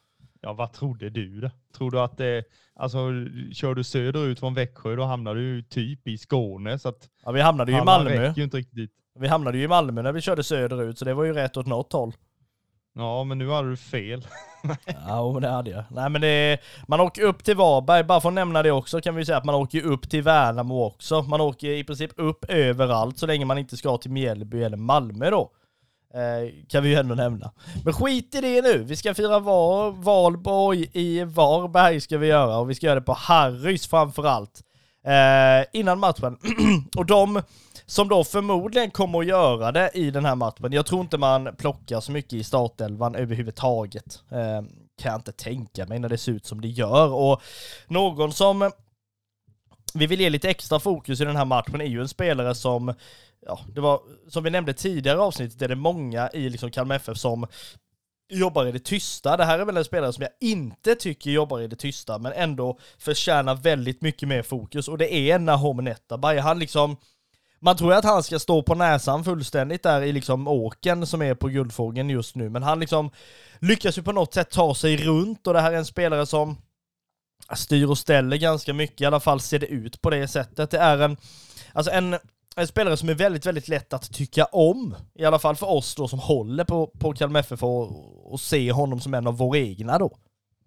Ja, vad trodde du då? Tror du att det, alltså, kör du söderut från Växjö, då hamnar du typ i Skåne. Så att ja, vi hamnade ju i Malmö. Ju inte riktigt dit. Vi hamnade ju i Malmö när vi körde söderut, så det var ju rätt åt något håll. Ja, men nu hade du fel. Ja, men det hade jag. Nej, men det är, man åker upp till Varberg, bara för att nämna det också kan vi säga att man åker upp till Värnamo också. Man åker i princip upp överallt så länge man inte ska till Mjällby eller Malmö då. Eh, kan vi ju ändå nämna. Men skit i det nu. Vi ska fira var, valborg i Varberg ska vi göra, och vi ska göra det på Harrys framförallt. Eh, innan matchen. Och de som då förmodligen kommer att göra det i den här matchen. Jag tror inte man plockar så mycket i startelvan överhuvudtaget. Eh, kan jag inte tänka mig när det ser ut som det gör. Och någon som vi vill ge lite extra fokus i den här matchen är ju en spelare som, ja, det var som vi nämnde tidigare i avsnittet, är det många i liksom Kalmar F F som jobbar i det tysta. Det här är väl en spelare som jag inte tycker jobbar i det tysta, men ändå förtjänar väldigt mycket mer fokus, och det är Nahom Netabay. Han liksom, man tror att han ska stå på näsan fullständigt där i liksom åken som är på Guldfågeln just nu, men han liksom lyckas ju på något sätt ta sig runt, och det här är en spelare som styr och ställer ganska mycket, i alla fall ser det ut på det sättet. Det är en, alltså en, en spelare som är väldigt, väldigt lätt att tycka om, i alla fall för oss då som håller på, på Kalmar F F, och, och se honom som en av våra egna då.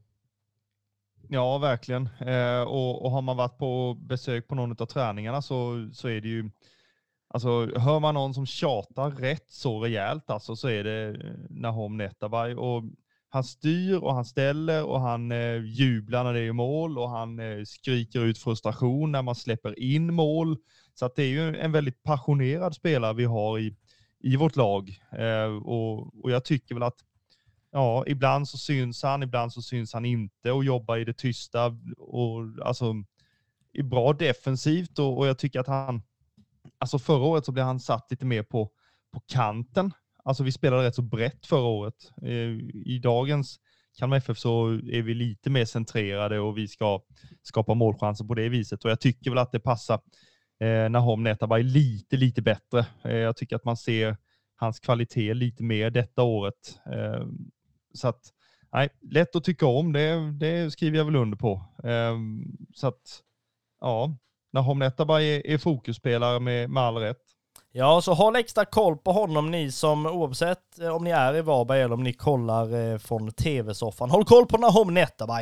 Ja, verkligen. Eh, och, och har man varit på besök på någon av träningarna så, så är det ju, alltså hör man någon som tjatar rätt så rejält, alltså, så är det Nahom Netabay. Och han styr och han ställer och han eh, jublar när det är mål, och han eh, skriker ut frustration när man släpper in mål. Så att det är ju en väldigt passionerad spelare vi har i, i vårt lag. Eh, och, och jag tycker väl att ja, ibland så syns han, ibland så syns han inte och jobbar i det tysta. Och alltså är bra defensivt, och, och jag tycker att han, alltså förra året så blev han satt lite mer på, på kanten. Alltså vi spelade rätt så brett förra året. I dagens Kalmar F F så är vi lite mer centrerade och vi ska skapa målchanser på det viset. Och jag tycker väl att det passar eh, Nahom Netabay lite, lite bättre. Eh, jag tycker att man ser hans kvalitet lite mer detta året. Eh, så att, nej, lätt att tycka om, det, det skriver jag väl under på. Eh, så att, ja, Nahom Netabay är, är fokusspelare med, med all rätt. Ja, så håll extra koll på honom, ni som oavsett om ni är i Varberg eller om ni kollar eh, från tv-soffan. Håll koll på Nahom Netabay.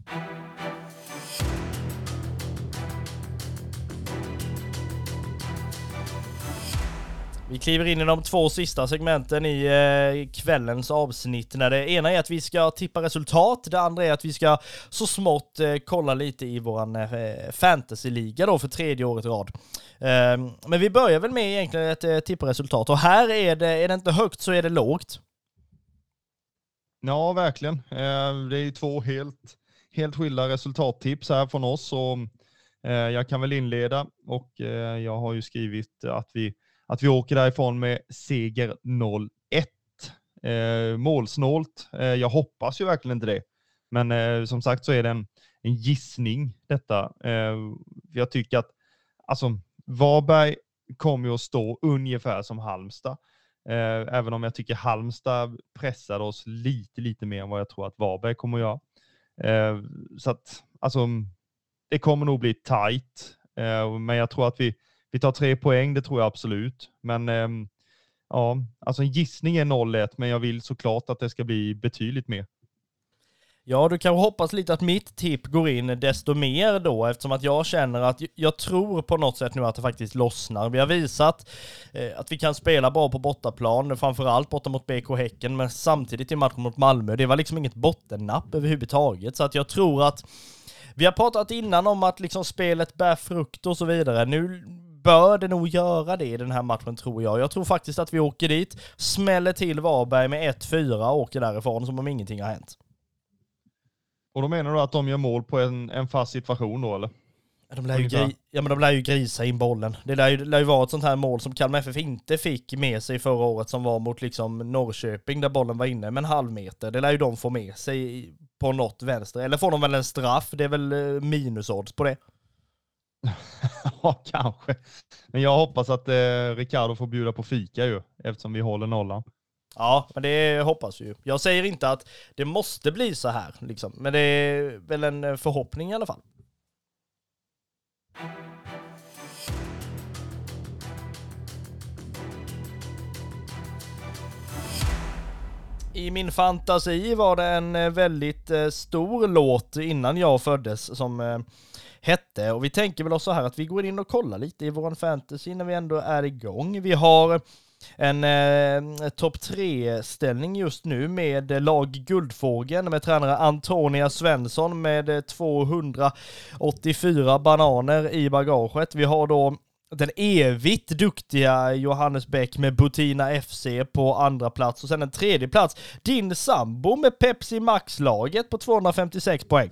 Vi kliver in i de två sista segmenten i eh, kvällens avsnitt. När det ena är att vi ska tippa resultat, det andra är att vi ska så smått eh, kolla lite i våran eh, fantasyliga då för tredje året i rad. Eh, men vi börjar väl med egentligen ett eh, tippa resultat, och här är det, är det inte högt så är det lågt. Ja, verkligen. Eh, det är ju två helt, helt skilda resultattips här från oss, och eh, jag kan väl inleda, och eh, jag har ju skrivit att vi Att vi åker därifrån med seger noll ett. Eh, målsnålt. Eh, jag hoppas ju verkligen inte det. Men eh, som sagt så är det en, en gissning detta. Eh, jag tycker att alltså, Varberg kommer ju att stå ungefär som Halmstad. Eh, även om jag tycker Halmstad pressade oss lite, lite mer än vad jag tror att Varberg kommer att göra. Eh, så att alltså, det kommer nog bli tight. Eh, men jag tror att vi Vi tar tre poäng, det tror jag absolut. Men ähm, ja, alltså en gissning är noll ett, men jag vill såklart att det ska bli betydligt mer. Ja, du kan hoppas lite att mitt tipp går in desto mer då, eftersom att jag känner att jag tror på något sätt nu att det faktiskt lossnar. Vi har visat eh, att vi kan spela bra på bortaplan, framförallt borta mot B K Häcken, men samtidigt i matchen mot Malmö. Det var liksom inget bottennapp överhuvudtaget, så att jag tror att vi har pratat innan om att liksom spelet bär frukt och så vidare. Nu bör det nog göra det i den här matchen, tror jag. Jag tror faktiskt att vi åker dit, smäller till Varberg med ett fyra och åker därifrån som om ingenting har hänt. Och då menar du att de gör mål på en, en fast situation då, eller? De lär, ju gri- ja, men de lär ju grisa in bollen. Det lär ju, det lär ju vara ett sånt här mål som Kalmar F F inte fick med sig förra året, som var mot liksom Norrköping där bollen var inne med en halv meter. Det lär ju de få med sig på något vänster. Eller får de väl en straff? Det är väl minusodds på det. Ja, kanske. Men jag hoppas att eh, Ricardo får bjuda på fika ju, eftersom vi håller nollan. Ja, men det hoppas vi ju. Jag säger inte att det måste bli så här, liksom. Men det är väl en förhoppning i alla fall. I min fantasi var det en väldigt stor låt innan jag föddes som hette, och vi tänker väl också här att vi går in och kollar lite i våran fantasy när vi ändå är igång. Vi har en eh, topp tre-ställning just nu med lag Guldfågeln med tränare Antonia Svensson med tvåhundraåttiofyra bananer i bagaget. Vi har då den evigt duktiga Johannes Bäck med Butina F C på andra plats, och sen en tredje plats din sambo med Pepsi Max-laget på tvåhundrafemtiosex poäng.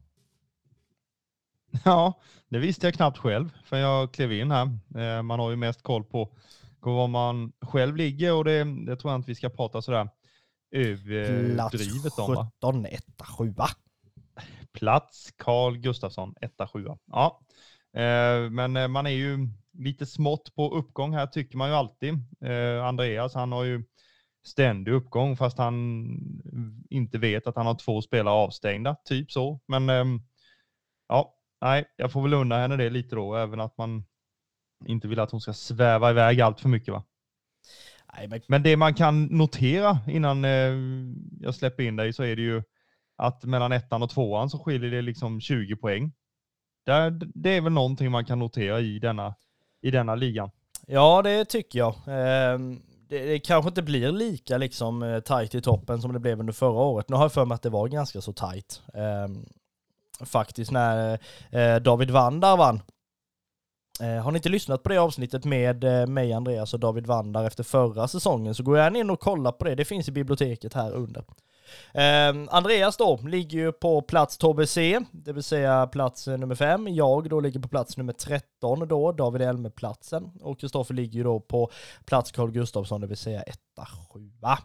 Ja, det visste jag knappt själv för jag klev in här. Man har ju mest koll på var man själv ligger, och det, det tror jag inte vi ska prata sådär överdrivet om. Plats sjutton, etta, sjua. Plats Carl Gustafsson, etta, sjua. Ja, eh, men man är ju lite smått på uppgång här tycker man ju alltid. Eh, Andreas, han har ju ständig uppgång fast han inte vet att han har två spelare avstängda, typ så. Men eh, ja, nej, jag får väl unna henne det lite då, även att man inte vill att hon ska sväva iväg allt för mycket, va? Nej, men... men det man kan notera innan eh, jag släpper in dig så är det ju att mellan ettan och tvåan så skiljer det liksom tjugo poäng. Där, det är väl någonting man kan notera i denna, i denna ligan. Ja, det tycker jag. Eh, det, det kanske inte blir lika liksom tajt i toppen som det blev under förra året. Nu har jag för mig att det var ganska så tajt. Eh, faktiskt när eh, David Vandar vann. Eh, har ni inte lyssnat på det avsnittet med eh, mig, Andreas och David Vandar efter förra säsongen, så går jag in och kollar på det. Det finns i biblioteket här under. Eh, Andreas då ligger ju på plats T B C, det vill säga plats nummer fem. Jag då ligger på plats nummer tretton då, David Elmer-platsen. Och Kristoffer ligger ju då på plats Carl Gustafsson, det vill säga etta, sjua.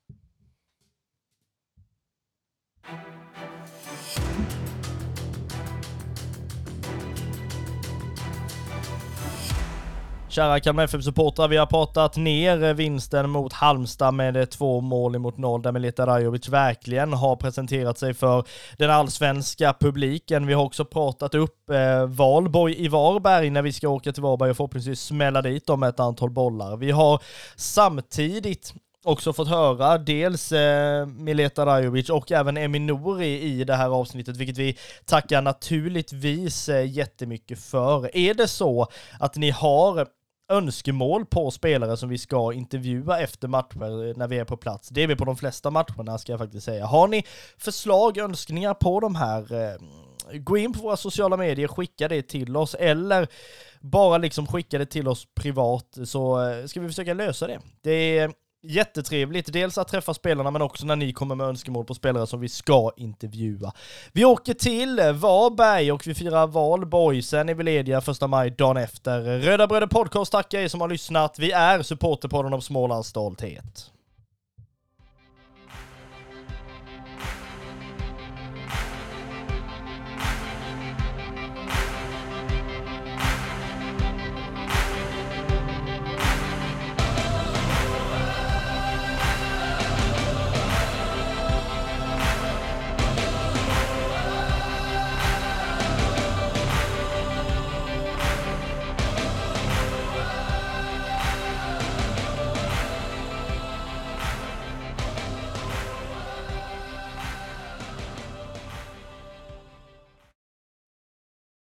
Kära Kalmar F F-supportrar, vi har pratat ner vinsten mot Halmstad med två mål emot noll, där Mileta Rajovic verkligen har presenterat sig för den allsvenska publiken. Vi har också pratat upp eh, Valborg i Varberg när vi ska åka till Varberg och förhoppningsvis smälla dit dem med ett antal bollar. Vi har samtidigt också fått höra dels eh, Mileta Rajovic och även Emin Nouri i det här avsnittet, vilket vi tackar naturligtvis eh, jättemycket för. Är det så att ni har önskemål på spelare som vi ska intervjua efter matcher när vi är på plats? Det är vi på de flesta matcherna, ska jag faktiskt säga. Har ni förslag, önskningar på de här, eh, gå in på våra sociala medier, skicka det till oss, eller bara liksom skicka det till oss privat, så eh, ska vi försöka lösa det. Det är jättetrevligt, dels att träffa spelarna men också när ni kommer med önskemål på spelare som vi ska intervjua. Vi åker till Varberg och vi firar Valborg, sen är vi lediga första maj dagen efter. Röda Bröder Podcast tackar er som har lyssnat. Vi är supporterpodden av Smålands stolthet.